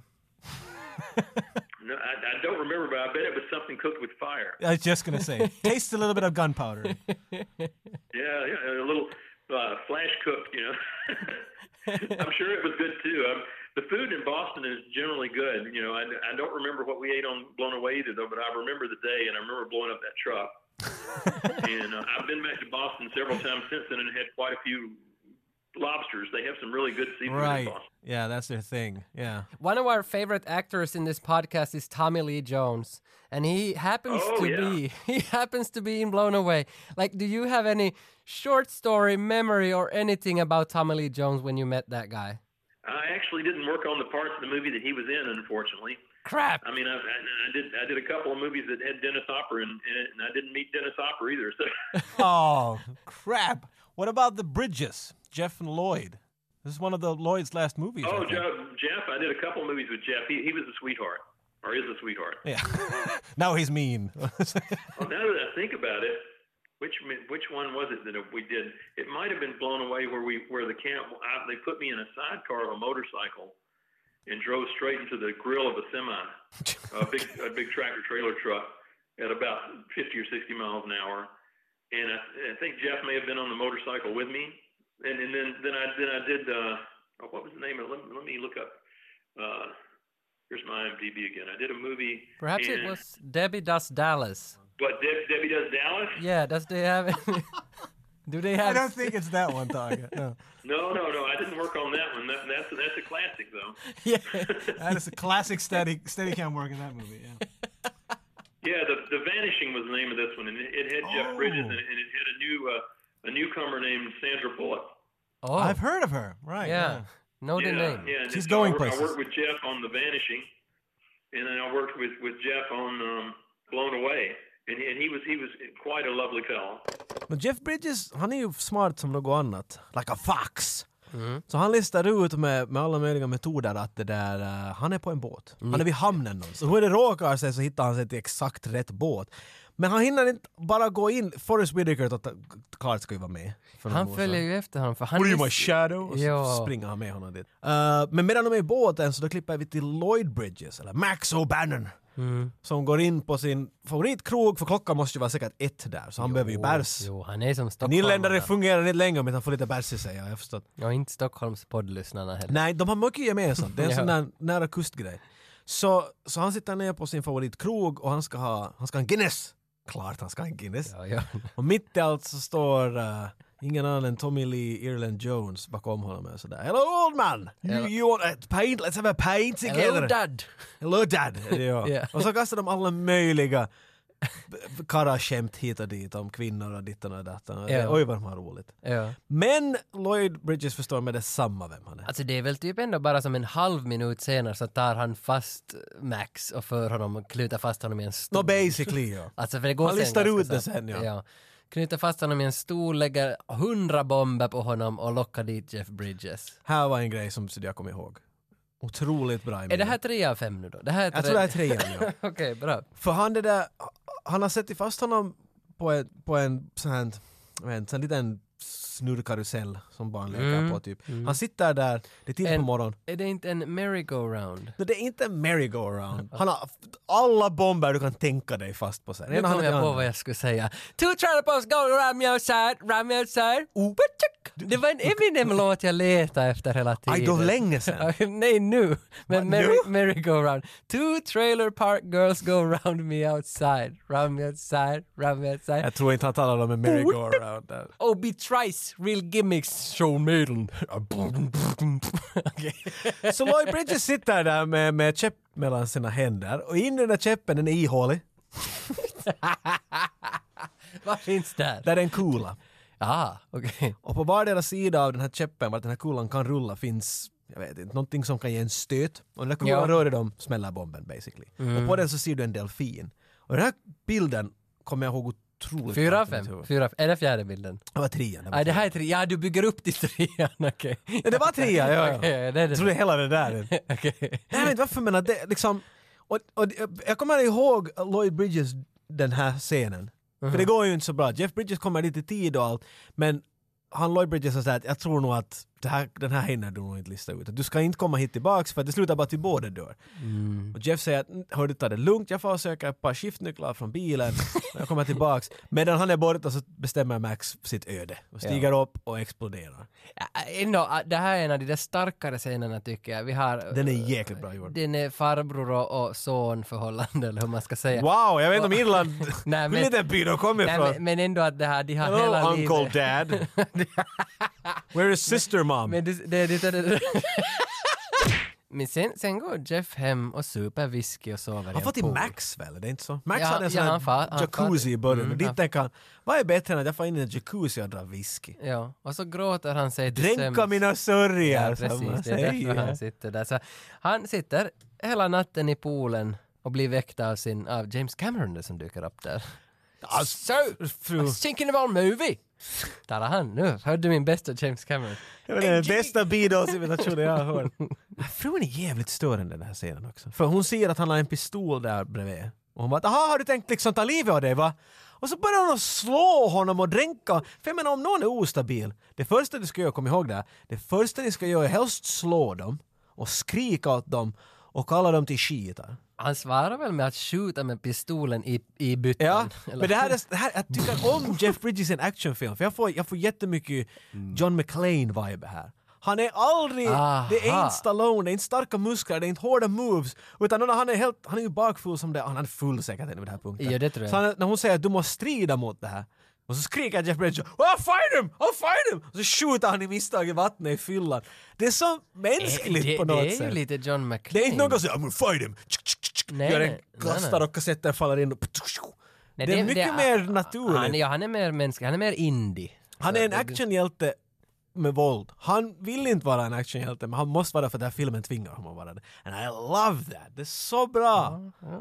No, I, I don't remember, but I bet it was something cooked with fire. I was just going to say, taste a little bit of gunpowder. Yeah, yeah, a little uh, flash cooked, you know. I'm sure it was good too. Um, the food in Boston is generally good. You know, I, I don't remember what we ate on Blown Away either, though, but I remember the day, and I remember blowing up that truck. and uh, I've been back to Boston several times since then and had quite a few lobsters. They have some really good seafood right. in Boston. Yeah, that's their thing. Yeah. One of our favorite actors in this podcast is Tommy Lee Jones, and he happens oh, to yeah. be he happens to be in Blown Away. Like, do you have any short story memory or anything about Tommy Lee Jones when you met that guy? I actually didn't work on the parts of the movie that he was in, unfortunately. Crap. I mean, I, I, I did I did a couple of movies that had Dennis Hopper in, in it, and I didn't meet Dennis Hopper either. So. Oh, crap. What about The Bridges? Jeff and Lloyd. This is one of the Lloyd's last movies. Oh, Jeff, Jeff, I did a couple movies with Jeff. He, he was a sweetheart, or is a sweetheart. Yeah. Now he's mean. Well, now that I think about it, which which one was it that we did? It might have been Blown Away, where we where the camp I, they put me in a sidecar of a motorcycle and drove straight into the grill of a semi, a big a big tractor trailer truck at about fifty or sixty miles an hour, and I, I think Jeff may have been on the motorcycle with me. And, and then, then I then I did uh, oh, what was the name of it? Let, let me look up. Uh, here's my I M D B again. I did a movie. Perhaps and, it was Debbie Does Dallas. What Deb, Debbie Does Dallas? Yeah, does they have it? Do they have? I don't think it's that one, Tage. No. No, no, no. I didn't work on that one. That, that's that's a classic though. Yeah. That is a classic steady Steadicam work in that movie. Yeah. Yeah, the the Vanishing was the name of this one, and it, it had Jeff Oh. Bridges in it, and it had a new uh, a newcomer named Sandra Bullock. Oh, I've heard of her. Right. yeah. Know the yeah, name. yeah. And She's so going I, wor- places. I worked with Jeff on The Vanishing, and then I worked with, with Jeff on um, Blown Away, and he, and he was he was quite a lovely fellow. Men Jeff Bridges, han är ju smart som något annat. Like a fox. Så han listar ut med, med alla möjliga metoder att det där, uh, han är på en båt. Han är vid hamnen någonstans. Så hur det råkar sig så hittar han sig till exakt rätt båt. Men han hinner inte bara gå in. Forrest Whitaker, klart ska ju vara med. Han följer ju efter honom. För han What are you, my visste- shadow? Och så Ja. springer han med honom dit. Uh, men medan de är i båten så då klipper vi till Lloyd Bridges, eller Max O'Bannon. Som går in på sin favoritkrog, för klockan måste ju vara säkert ett där. Så han behöver ju bärs. Jo, han är som En Stockholm. irländare fungerar inte längre om han får lite bärs i sig, jag har förstått. Och inte Stockholms poddlyssnarna heller. Nej, de har mycket gemensamt. Det är en Ja. sån där nära kustgrej. Så, så han sitter ner på sin favoritkrog och han ska ha, han ska ha en Guinness. Klart han ska ha en Guinness. Ja, ja. Och mitt i allt så står uh, ingen annan än Tommy Lee Ireland Jones bakom honom och sådär. Hello old man! You, Hello. you want a pint? Let's have a pint together! Hello dad! Hello dad! är det ja. Ja. Och så kastar de alla möjliga b- karaskämt hit och dit om kvinnor och ditten och datten. Ja. Oj vad de har roligt. Ja. Men Lloyd Bridges förstår med detsamma vem han är. Alltså det är väl typ ändå bara som en halv minut senare så tar han fast Max och för honom och knyter fast honom i en stol. No basically ja. Alltså för det går Han sen listar ganska ut det snabbt. sen, ja. Knyter fast honom i en stol, lägger hundra bomber på honom och lockar dit Jeff Bridges. Här var en grej som jag kommer ihåg. Otroligt bra i Är det här tre av fem nu då? Det här är Jag tror det är trean, ja. Okej, bra. För han det där, han har sett fast honom på en, på en sån här, jag vet inte, en liten snurrkarusell som barn leker Mm, på typ. Han sitter där, det är tidigt på En- morgonen. Är det inte en merry-go-round? No, det är inte en merry-go-round. Han har alla bomber du kan tänka dig fast på sig. Nu Ena kommer handen jag till på andra. vad jag skulle säga. Two trailer posts go around me outside, round me outside. Ooh, det var en Eminem-låt jag letade efter hela tiden. Aj, då länge sedan. Nej, nu. Men Va, merry, nu? merry-go-round. Two trailer park girls go round me outside, round me outside, round me outside. Jag tror inte han talar om en merry-go-round där. Oh, be trice, real gimmicks, show medel. Okej. Så Lloyd Bridges sitter där med, med käpp mellan sina händer och in i den där käppen, den är ihålig. Vad finns där? Där är en kula. Ah, okej. Och på vardera sida av den här käppen, vart den här kulan kan rulla, finns, jag vet inte, någonting som kan ge en stöt. Och den här kulan Ja. rör i dem, smäller bomben basically. Och på den så ser du en delfin. Och den här bilden kommer jag ihåg otroligt. Fyra av klart i mitt fem. huvud. Fyra, är det fjärde bilden? Det var trean. Det var, Nej, det här är tre. Ja, du bygger upp till trean, okej. ja, det var trean, ja. ja. Okej, det är det. Jag tror det är hela det där. Okej. Jag vet inte varför, men att det liksom... Och, och, jag kommer ihåg Lloyd Bridges den här scenen. För det går ju inte så bra. Jeff Bridges kommer dit i tid och allt, men han Lloyd Bridges har sagt att jag tror nog att det här, den här hinner du nog inte lista ut. Att du ska inte komma hit tillbaks för att det slutar bara till båda dör. Mm. Och Jeff säger att hör du, ta det lugnt, jag får söka ett par skiftnycklar från bilen och jag kommer tillbaks. Medan han är borta så bestämmer Max sitt öde och stiger upp och exploderar. Ja, ändå, det här är en av de där starkare scenerna tycker jag. Vi har... Den är jäkligt bra gjord. Den är farbror och, och son förhållande, eller hur man ska säga. Wow, jag vet inte om Irland... Nej, Hur men- liten by de kommer Nej, ifrån? men, men ändå att det här, de har Hello, hela Uncle livet... Dad. Where is sister mom? Men det, det, det, det, det. Men sen, sen går Jeff hem och super whisky och sover i Han en får till pool. Max väl? Det är inte så? Max Ja, hade en sån ja, här han far- han jacuzzi far- i början. Mm, och dit han- tänker han, vad är bättre än att jag får in i en jacuzzi och drar whisky? Ja, och så gråter han sig till Dränka sömns. mina sörjer! Ja, som man precis. Det är därför säger. han sitter där. Så han sitter hela natten i poolen och blir väckt av, sin, av James Cameron som dyker upp där. Ja, So, fru- I was thinking about a movie. Talar han nu? Hörde du min bästa James Cameron? Det var den bästa Beatles-imitationen jag har hört. Frun är jävligt störande den här scenen också. För hon ser att han har en pistol där bredvid. Och hon bara, aha, har du tänkt liksom ta livet av dig va? Och så börjar hon att slå honom och dränka. För jag menar, om någon är ostabil, det första du ska göra, kom ihåg det, det första ni ska göra är helst slå dem och skrika åt dem och kalla dem till skitar. Han svarar väl med att skjuta med pistolen i, i bytten. Ja, eller? men det här, är, det här jag tycker om Jeff Bridges i en actionfilm, för jag får, jag får jättemycket John McClane-vibe här. Han är aldrig, Aha. det är inte Stallone, det är inte starka muskler, det är inte hårda moves, utan han är helt, han är ju bakfull som det, han är full säkert vid den här punkten. Ja, det tror jag. Så han, när hon säger att du måste strida mot det här, och så skriker Jeff Bridges, I'll fight him, I'll fight him! Och så skjuter han i misstag i vattnet i fyllan. Det är så mänskligt det, på något det är sätt. ju lite John McClane. Det är inte någon som säger, I'm gonna fight him! Nej, Gör en nej, kastar nej. och kassetten faller in och... Nej, det är mycket mer naturligt. Han, ja, han är mer mänsklig, han är mer indie. Han Så är en det- actionhjälte med våld. Han vill inte vara en actionhjälte, men han måste vara för att den här filmen tvingar honom att vara det. And I love that. Det är så bra.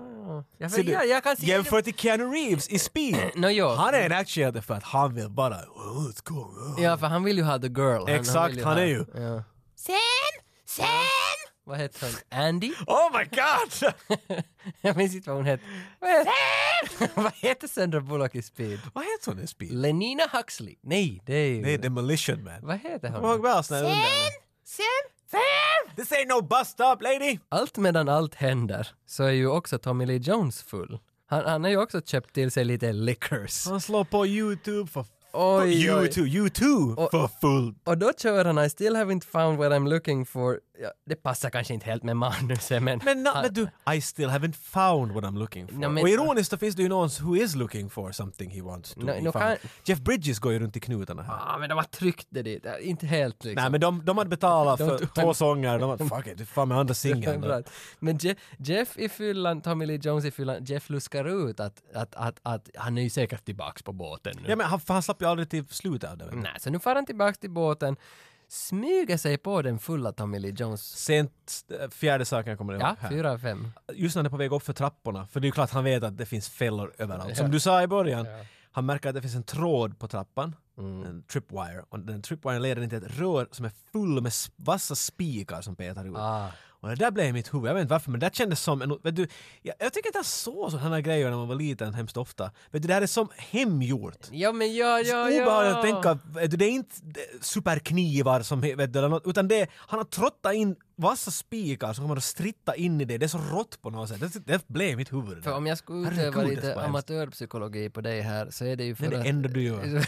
Ja, för Ser du? jag, jag kan se Jämfört till Keanu Reeves i Speed. No, jo. Han är en actionhjälte för att han vill bara... Oh, let's go. Oh. Ja, för han vill ju ha the girl. Han, Exakt, vill han ha, är ju. Ja. Sen, sen! Vad heter hon? Andy? Oh my god! Jag minns inte vad hon heter. Vad heter, vad heter Sandra Bullock i Speed? Vad heter hon i Speed? Lenina Huxley. Nej, det är ju... Det är Demolition Man. Vad heter Vad hon? bra sån här under. Sen, sen! This ain't no bus stop, lady! Allt medan allt händer så är ju också Tommy Lee Jones full. Han, han har ju också köpt till sig lite liquors. Han slår på YouTube för... Oj, oj. YouTube, YouTube Och- för full. Och då kör han I still haven't found what I'm looking for. Ja, det passar kanske inte helt med manuset men... Men, na, han, men du, I still haven't found what I'm looking for. No, men- och ironiskt så finns det ju någon who is looking for something he wants to No, be no, found. kan- Jeff Bridges går ju runt i knutarna här. Ah, men de har tryckt det dit. Ja, inte helt liksom. Nej men de, de hade betalat De för tog två en- sånger, de hade, fuck it, det är fan med andra singeln. Right. Men Je- Jeff i fyllan, Tommy Lee Jones i fyllan, Jeff luskar ut att, att, att, att han är ju säkert tillbaks på båten nu. Ja men han, han slapp ju aldrig till slutet av det. vet du. Nej, så nu far han tillbaks till båten, smyger sig på den fulla Tommy Lee Jones. Sent, äh, fjärde saken jag kommer ihåg Ja, här. fyra av fem. Just när han är på väg upp för trapporna, för det är ju klart han vet att det finns fällor överallt. Som Ja. du sa i början, Ja. han märker att det finns en tråd på trappan, Mm. en tripwire, och den tripwiren leder in till ett rör som är full med s- vassa spikar som petar ut. Ah. Och det där blev i mitt huvud, jag vet inte varför, men det kändes som en, vet du, jag, jag tycker att jag såg sådana här grejer när man var liten hemskt ofta. Vet du, det här är som hemgjort. Ja, men ja, ja, Så obehagligt ja. att tänka, vet du, det är inte superknivar som, vet du, eller något, utan det, han har trottat in vassa spikar som kommer att stritta in i det. Det är så rått på något sätt. Det, det blev mitt huvud. För om jag skulle Herregud, utöva det lite var hemskt. amatörpsykologi på dig här så är det ju för Det är det att... enda du gör.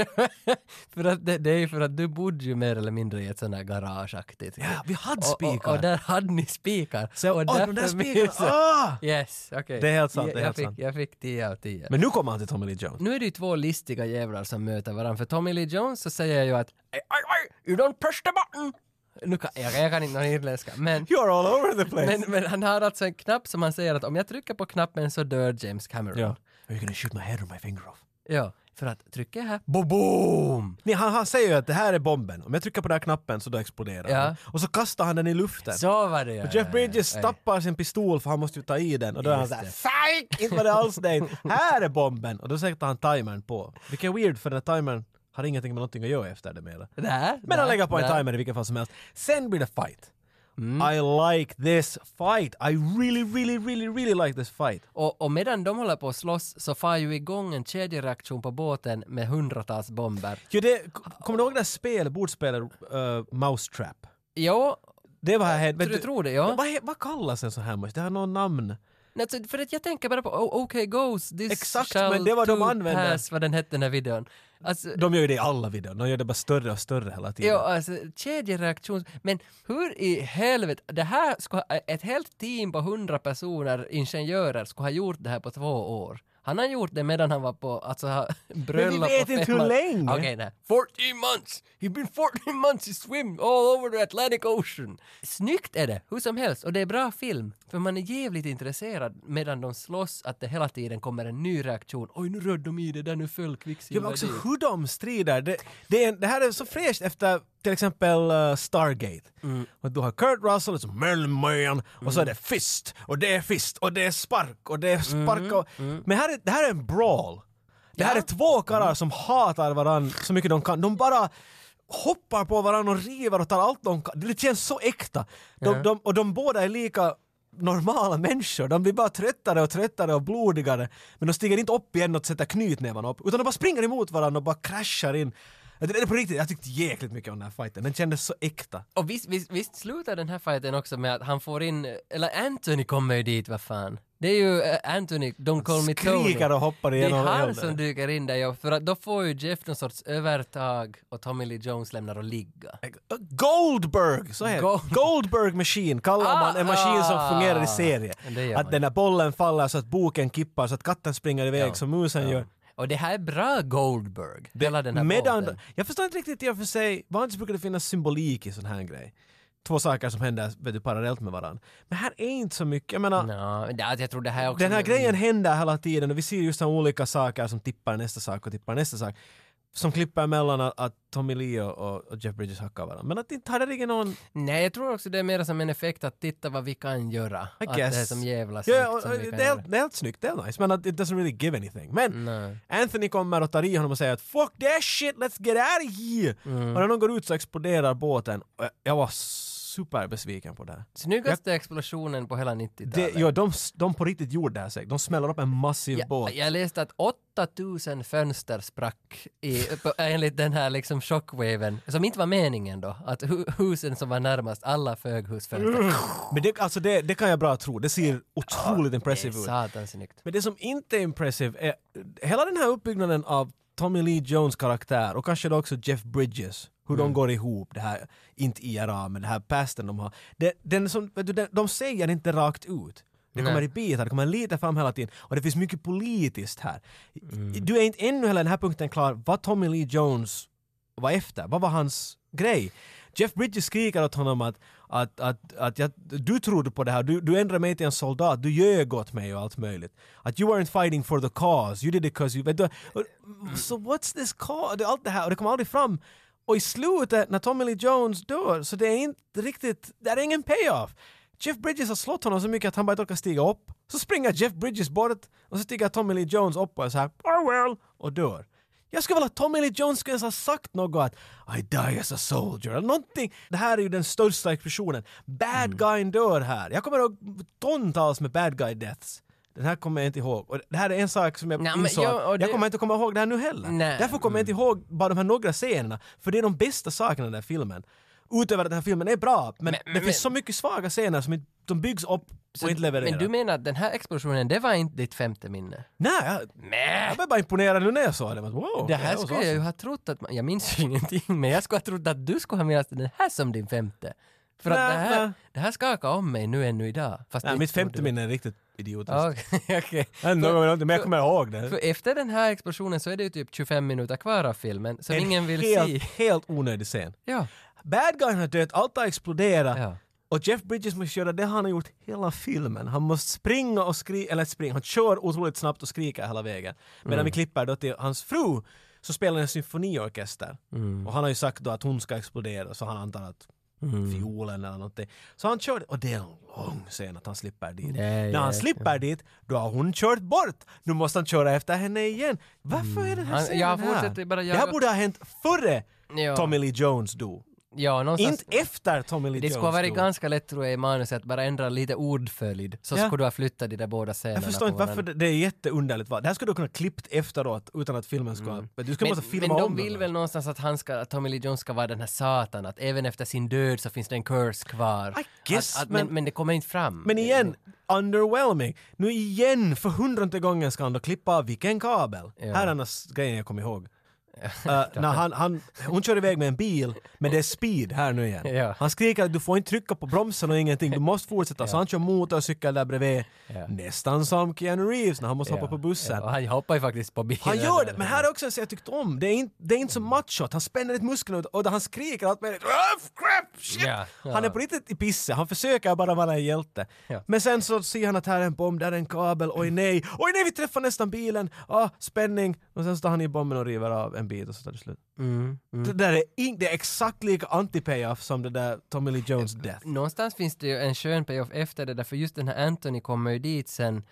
för att det, det är ju för att du bodde ju mer eller mindre i ett sånt här garageaktigt. Ja, vi hade Och, och, spikar. och där hade ni spikar. Så, och åh, de där därför spikarna, minns jag- ah! Yes, okej. Det är helt sant, Jag, det är jag helt fick, sant. Jag fick tio av tio. Men nu kommer han till Tommy Lee Jones. Nu är det ju två listiga jävlar som möter varandra. För Tommy Lee Jones så säger jag ju att "Aj, aj, aj, you don't push the button!" Nu kan, jag, jag kan inte någon irländska, men, You're all over the place. men, men han har alltså en knapp som han säger att om jag trycker på knappen så dör James Cameron. ja. You're gonna shoot my head or my finger off. Ja, för att trycker jag här, bo boom! Nej, han, han säger ju att det här är bomben. Om jag trycker på den här knappen så då exploderar Ja. den. Och så kastar han den i luften. Så var det ja. Och Jeff Bridges ja, ja. tappar sin pistol för han måste ju ta i den och då är han Just såhär det. "Psyk! Inte var det alls det. Här är bomben!" Och då sätter han timern på. Vilket är weird för den här timern har ingenting med någonting att göra efter det med. Där, Men han där, lägger på en där. timer i vilken fall som helst. Sen blir det fight. Mm. I like this fight. I really, really, really, really like this fight. Och, och medan de håller på att slåss så far ju igång en kedjereaktion på båten med hundratals bomber. Jo, det, kommer du ihåg det här spelet, bordspelet uh, Mousetrap? Jo, Det var här... tror du tror det, ja. Vad, he- vad kallas en sån här mouse? Det har någon namn. Alltså, för att jag tänker bara på oh, OK Goes, this Exakt, shall men det var de to använde. pass, vad den hette den här videon. Alltså, De gör ju det i alla videor. De gör det bara större och större hela tiden. ja, alltså kedjereaktion. Men hur i helvete, det här ska, ett helt team på hundra personer, ingenjörer, skulle ha gjort det här på två år. Han har gjort det medan han var på, alltså, bröllop vet på inte fem hur år. länge. Okej, nej. fourteen months! He's been fourteen months, he swim all over the Atlantic Ocean. Snyggt är det, hur som helst. Och det är bra film. För man är jävligt intresserad medan de slåss att det hela tiden kommer en ny reaktion. Oj, nu rörde de i det där, nu föll Ja, men kvicksilver också dit. hur de strider. Det, det, är, det här är så fräscht efter till exempel uh, Stargate. Mm. Och du har Kurt Russell som Marilyn Manson och så är det fist och det är fist och det är spark och det är spark Mm. och... Men här är, det här är en brawl. Det här Ja. är två karlar som hatar varandra så mycket de kan. De bara hoppar på varandra och river och tar allt de kan. Det känns så äkta. De, Ja. de, och de båda är lika normala människor. De blir bara tröttare och tröttare och blodigare. Men de stiger inte upp igen och sätter knytnävarna upp. Utan de bara springer emot varandra och bara kraschar in. Det är på riktigt, jag tyckte jäkligt mycket om den här fighten. Den kändes så äkta. Och visst, visst, visst slutar den här fighten också med att han får in, eller Anthony kommer ju dit, vad fan. Det är ju uh, Anthony, Don't Call Me Tony. Skriker och hoppar Det igenom är han elden. som dyker in där, ja, för att då får ju Jeff någon sorts övertag och Tommy Lee Jones lämnar att ligga. Goldberg! Så heter Gold- Goldberg Machine kallar man en maskin som Ah, fungerar i serie. det gör Att man. den här bollen faller så att boken kippar så att katten springer iväg Ja. som musen gör. Och det här är bra Goldberg, hela den här Medan, båten. jag förstår inte riktigt i och för sig, vanligtvis brukar det finnas symbolik i sån här grej. Två saker som händer vet du, parallellt med varandra. Men här är inte så mycket. Jag menar, Nå, det, jag tror det här också... den här grejen händer hela tiden och vi ser just de olika saker som tippar nästa sak och tippar nästa sak. Som klipper emellan att, att Tommy Lee och, och Jeff Bridges hackar varandra. Men att inte hade det någon... Nej, jag tror också det är mer som en effekt att titta vad vi kan göra. I Att guess. det är som jävla Ja, snyggt och, som och, vi kan det, är, göra. det är helt snyggt, det är nice. Men att it doesn't really give anything. Men Nej. Anthony kommer och tar i honom och säger att fuck that shit, let's get out of here! Mm. Och när de går ut så exploderar båten. Och jag var superbesviken på det här. Snyggaste explosionen på hela Det, nittiotalet. ja, de, de på riktigt gjorde det här säkert. De smäller upp en massiv båt. Jag, jag läste att åttatusen fönster sprack i, på, enligt den här liksom chockwaven, som inte var meningen då, att hu, husen som var närmast, alla föghusfönster. Men det, alltså det, det kan jag bra tro. Det ser otroligt Det är impressive ut. satans snyggt. Men det som inte är impressive är hela den här uppbyggnaden av Tommy Lee Jones karaktär och kanske då också Jeff Bridges. Hur de går ihop, det här, inte I R A, men det här pasten de har. Det, den som, vet du, den, de säger inte rakt ut. Det kommer Nej. i bitar, det kommer lite fram hela tiden. Och det finns mycket politiskt här. Du är inte ännu heller den här punkten klar vad Tommy Lee Jones var efter. Vad var hans grej? Jeff Bridges skriker åt honom att, att, att, att jag, du trodde på det här, du, du ändrade mig till en soldat, du ljög åt mig och allt möjligt. Att you weren't fighting for the cause, you did it because you... Vet du, so what's this cause? Allt det här, och det kommer aldrig fram. Och i slutet, när Tommy Lee Jones dör, så det är inte riktigt, det är ingen payoff. Jeff Bridges har slått honom så mycket att han bara inte orkar stiga upp. Så springer Jeff Bridges bort och så stiger Tommy Lee Jones upp och är så här, oh well, och dör. Jag skulle vilja att Tommy Lee Jones skulle ha sagt något att I die as a soldier eller någonting. Det här är ju den största explosionen. Bad Mm. guy dör här. Jag kommer ihåg tontals med bad guy deaths. Den här kommer jag inte ihåg. Och det här är en sak som jag Nej, men insåg jag- att och det- jag kommer inte komma ihåg det här nu heller. Nej. Därför kommer jag inte ihåg bara de här några scenerna. För det är de bästa sakerna i den här filmen. Utöver att den här filmen är bra, men, Men- det men- finns så mycket svaga scener som inte, de byggs upp Så- och inte levererar. Men du menar att den här explosionen, det var inte ditt femte minne? Nej, jag, jag blev bara imponerad nu när jag såg det. Men, wow, Det här was skulle jag ju awesome. ha trott att man, jag minns ju ingenting, men jag skulle ha trott att du skulle ha menat den här som din femte. För att Nej, det här, nej. det här skakar om mig nu ännu idag. Fast Nej, det mitt inte femte du- minne är riktigt idiotiskt. Okej, okej. Okay. Men jag kommer ihåg det. För efter den här explosionen så är det ju typ tjugofem minuter kvar av filmen som En ingen vill helt, se. helt onödig scen. Ja, Bad guyn har dött, allt har exploderat. ja. Och Jeff Bridges måste göra det han har gjort hela filmen. Han måste springa och skrika, eller springa, han kör otroligt snabbt och skriker hela vägen. Medan Mm. vi klipper då till hans fru så spelar en symfoniorkester. Mm. Och han har ju sagt då att hon ska explodera så han antar att Mm. fiolen eller någonting. Så han kör, och det är en lång scen att han slipper dit. Det är När han jäkla- slipper dit, då har hon kört bort. Nu måste han köra efter henne igen. Varför är den här Han- scenen jag här? fortsätter bara Det jaga- här borde ha hänt före Ja. Tommy Lee Jones dog. Ja, någonstans... Inte efter Tommy Lee Det Jones skulle ha varit dog. ganska lätt tror jag i manuset att bara ändra lite ordföljd. Så Ja. skulle du ha flyttat de där båda scenerna. Jag förstår på inte varför varandra. det, det är jätteunderligt. Va? Det här skulle du kunna klippt efteråt utan att filmen ska... Mm. Du skulle Men, måste filma men de om vill den. väl någonstans att, han ska, att Tommy Lee Jones ska vara den här satan, att även efter sin död så finns det en curse kvar. I guess, att, att, men- men, men det kommer inte fram. Men igen, underwhelming. Nu igen, för hundrade gången ska han då klippa av vilken kabel. Ja. Här är annars grejen jag kommer ihåg. Uh, när han, han, hon kör iväg med en bil, men det är speed här nu igen. Ja. Han skriker att du får inte trycka på bromsen och ingenting, du måste fortsätta. Så han kör motorcykel där bredvid. Ja. Nästan som Keanu Reeves när han måste hoppa på bussen. Ja, och han hoppar ju faktiskt på bilen. Han gör det, men här är också en sak jag tyckte om. Det är inte, det är inte så macho. Han spänner ett musklerna ut och där han skriker allt möjligt. "Ah, crap, shit!" Ja, ja. Han är på riktigt i pisse. Han försöker bara vara en hjälte. Ja. Men sen så ser han att här är en bomb, där är en kabel. Oj nej, oj nej, vi träffar nästan bilen. Ah, spänning. Och sen så tar han i bomben och river av en bit och så tar det slut. Mm, mm. Det där är, in, det är exakt lika anti-payoff som det där Tommy Lee Jones death. Någonstans finns det ju en skön payoff efter det där, för just den här Anthony kommer ju dit sen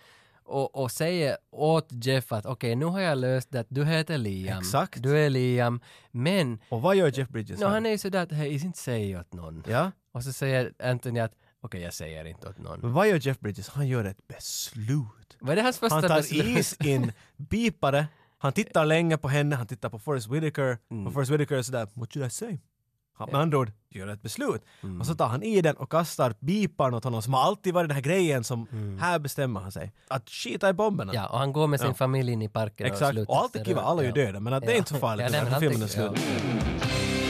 och, och säger åt Jeff att okej, okay, nu har jag löst det att du heter Liam. Exakt. Du är Liam, men... Och vad gör Jeff Bridges? No, han är ju sådär att hej, inte säga åt någon. Ja? Och så säger Anthony att okej, okay, jag säger inte åt någon. Men vad gör Jeff Bridges? Han gör ett beslut. Vad är det hans första Han tar beslut? is in, bipare, han tittar länge på henne, han tittar på Forrest Whitaker, Mm. och Forrest Whitaker är sådär, what should I say? Han med andra ord gör ett beslut. Mm. Och så tar han i den och kastar biparen åt honom som har alltid varit den här grejen som Mm. här bestämmer han sig. Att skita i bomberna. Ja, och han går med sin Ja. familj in i parken och Exakt. slutar Och allt är kiva, alla är ju Ja. döda, men att det är Ja. inte så farligt. Ja, nej, Ja, men filmen är allting- slut. ja.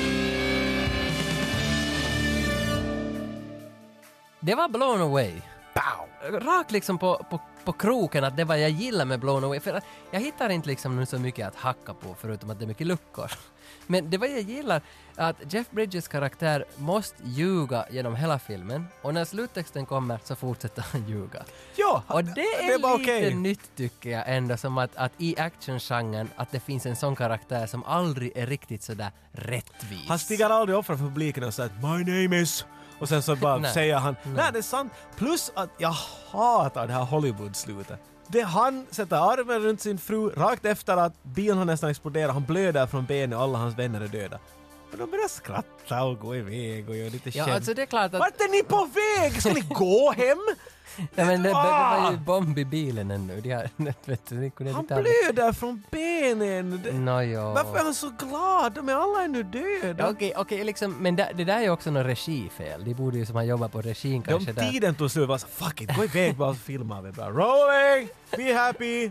Det var blown away. Pow! Rakt liksom på, på, på kroken att det var jag gillar med blown away. För att jag hittar inte liksom nu så mycket att hacka på förutom att det är mycket luckor. Men det var jag gillar att Jeff Bridges karaktär måste ljuga genom hela filmen och när sluttexten kommer så fortsätter han ljuga. Ja, Och det är, var lite okej. nytt tycker jag ändå som att, att i actiongenren att det finns en sån karaktär som aldrig är riktigt sådär rättvis. Han stiger aldrig upp framför publiken och säger My name is... Och sen så bara Nej. säger han, nej. Nej. det är sant. Plus att jag hatar det här Hollywood-slutet. Det han sätter armen runt sin fru rakt efter att bilen har nästan exploderat. Han blöder från benet och alla hans vänner är döda. Och de börjar skratta och gå iväg och göra lite Ja, skämt. alltså det är klart att... Vart är ni på väg? Ska ni gå hem? Ja, men det, det Ah! var ju bomb i bilen ännu. De har, vet du, ni kunde Han inte ta- blöder från benen. Det, Nå, ja. Varför är han så glad? De är alla ännu döda. Ja, Okej, okej, liksom, men det, det där är ju också något regifel. De borde ju som har jobbat på regin kanske De där. tiden tog slut var så fuck it, gå iväg bara och filma vi bara. Rolling! Be happy!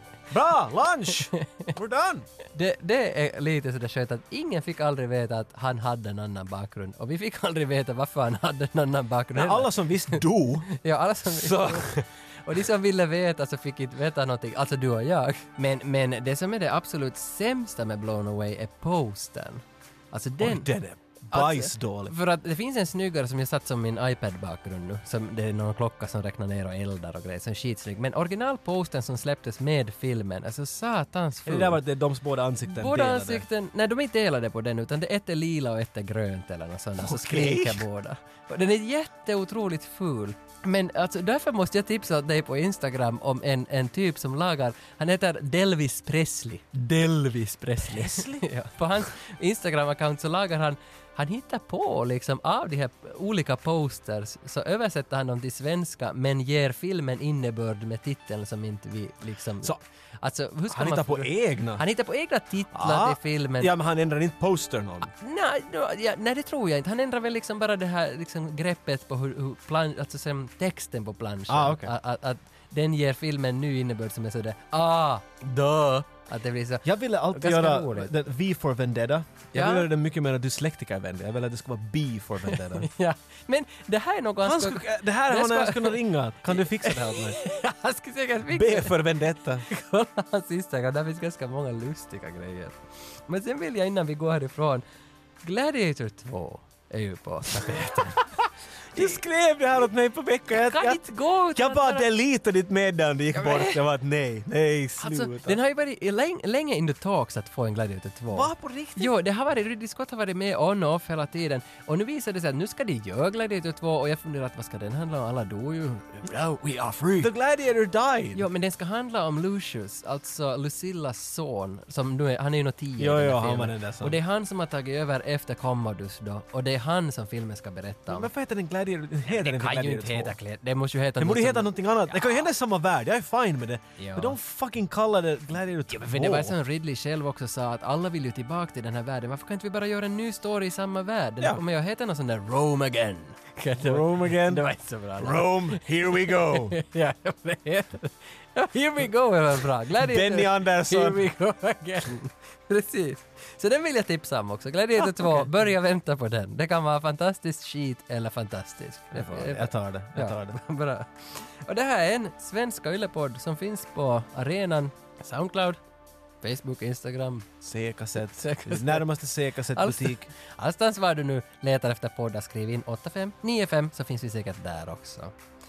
Bra! Lunch! We're done! Det, det är lite sådär skönt att ingen fick aldrig veta att han hade en annan bakgrund. Och vi fick aldrig veta varför han hade en annan bakgrund. Men alla som visste dog. Ja, alla som... Så. Och de som ville veta så fick inte veta någonting, alltså du och jag. Men, men det som är det absolut sämsta med Blown Away är postern. Alltså den... Och den är bajsdålig. För att det finns en snyggare som jag satt som min iPad-bakgrund nu. Som det är någon klocka som räknar ner och eldar och grejer. Så skitsnygg. Men originalposten som släpptes med filmen, alltså satans Är full. det där var det de båda ansikten Båda delade? ansikten, nej de är inte delade på den utan det ett är lila och ett är grönt eller något sånt. Så Okej. skriker båda. Och den är jätteotroligt ful. Men alltså därför måste jag tipsa dig på Instagram om en, en typ som lagar, han heter Delvis Presley. Delvis Presley. Ja, på hans Instagram-account så lagar han, han hittar på liksom av de här olika posters så översätter han dem till svenska men ger filmen innebörd med titeln som inte vi liksom... Så, alltså, hur ska han man hittar på för- egna? Han hittar på egna titlar Ah, till filmen. Ja, men han ändrar inte postern om. Nej, no, ja, nej, det tror jag inte. Han ändrar väl liksom bara det här liksom, greppet på hur, hur plan, alltså sen, texten på planschen. Ah, okej. att, att, att den ger filmen ny innebörd som är sådär ah, duh. Att det blir så... Jag ville alltid Ganska göra roligt. den V for Vendetta. Jag Ja. ville göra den mycket mer dyslektikervänlig. Jag ville att det skulle vara B for Vendetta. Ja, men det här är något Han han skulle, ska... det här är det han ska- jag skulle ringa. Kan du fixa det här åt mig? Han ska säkert B fixa för Vendetta. Kolla hans Instagram, där finns ganska många lustiga grejer. Men sen vill jag innan vi går härifrån, Gladiator två är ju på tapeten. Du skrev det här åt mig på veckan. Jag, Kan jag, inte gå utan jag bara att- deletade ditt meddelande gick Ja, men- bort. Jag var att nej, nej, sluta. Alltså, den har ju varit i läng- länge in the talks att få en Gladiator två. Va, på riktigt? Jo, det har varit, Ridley Scott har varit med on och off hela tiden. Och nu visar det sig att nu ska de göra Gladiator två och jag funderar att vad ska den handla om? Alla dog ju. No, we are free. The Gladiator died. Jo, men den ska handla om Lucius, alltså Lucillas son, som nu är, han är ju nog tio Jo, i den här jo, han filmen. var den där som- Och det är han som har tagit över efter Commodus då, och det är han som filmen ska berätta Men om. varför heter den Gladiator? Heter den Det kan ju Gladiator inte två? heta Gladiator, det måste ju heta Det borde något heta som- någonting annat. Det kan ju hända i samma värld, jag är fine med det. Ja. Men de fucking kallar det Gladiator två. Ja, men för det var som Ridley själv också sa att alla vill ju tillbaka till den här världen. Varför kan inte vi bara göra en ny story i samma värld? Den Ja. kommer ju att heta någon sån där Rome again. Rome again. Det var inte så bra. Rome, here we go. Ja, det heter... Here we go är väl bra. Gladiator. Benny Andersson. Here we go again. Precis. Så den vill jag tipsa om också. Gladiator Ah, två, okej. börja vänta på den. Det kan vara fantastiskt skit eller fantastisk. Jag tar det, jag tar det. Ja, bra. Och det här är en svenska yllepodd som finns på arenan Soundcloud, Facebook, Instagram. C-kassett. C-kassett. Närmaste C-kassettbutik. Allstans var du nu letar efter poddar, skriv in åtta fem nio fem så finns vi säkert där också.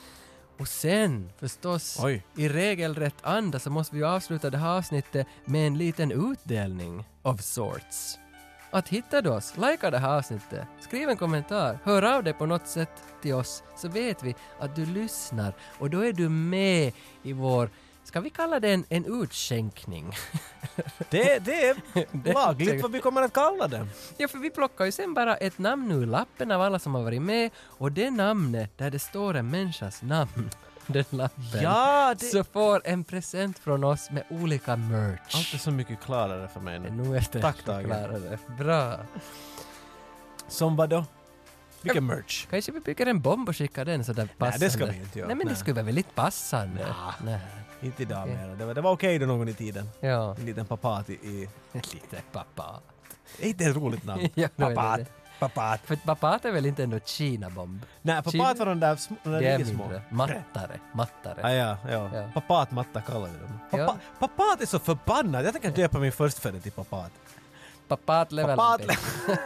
Och sen förstås, Oj. i regelrätt anda så måste vi ju avsluta det här avsnittet med en liten utdelning of sorts. att hittar du oss, likea det här avsnittet, skriv en kommentar, hör av dig på något sätt till oss så vet vi att du lyssnar och då är du med i vår, ska vi kalla det en, en utskänkning? Det, det är lagligt vad vi kommer att kalla det. Ja, för vi plockar ju sen bara ett namn ur lappen av alla som har varit med och det namnet där det står en människas namn, den lappen, Ja, det... så får en present från oss med olika merch. Allt är så mycket klarare för mig nu. Nu är det Tack, Tage. klarare. Bra. Som vad då? Vilken merch? Kanske vi bygger en bomb och skickar den så där passande. Nej, det ska vi inte göra. Nej, men det Nej. skulle vara väldigt passande. Nja. Nej. Inte idag Okej. mer. Det var, det var okej då någon i tiden. Ja. En liten papat i... i... Lite papat. Är inte ett roligt namn? Ja, då är det Papat. det. Papat. För papat är väl inte ändå Kina-bomb? Nej, papat var de där, sm- de där Det är riktigt små. mindre. Mattare. Mattare. Ah, ja, ja. Ja. Papatmatta kallar vi dem. Papa, Ja. Papat är så förbannad. Jag tänker döpa min förstfödde till papat. Papat level Papat up.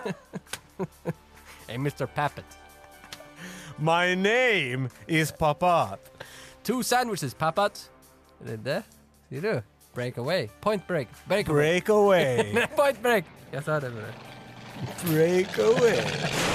Hey, mister Pappet. My name is Papat. Two sandwiches, papat. Är det det? Ser du? Break away. Point break. Break away. Break away. Point break. Jag sa det med det. Break away.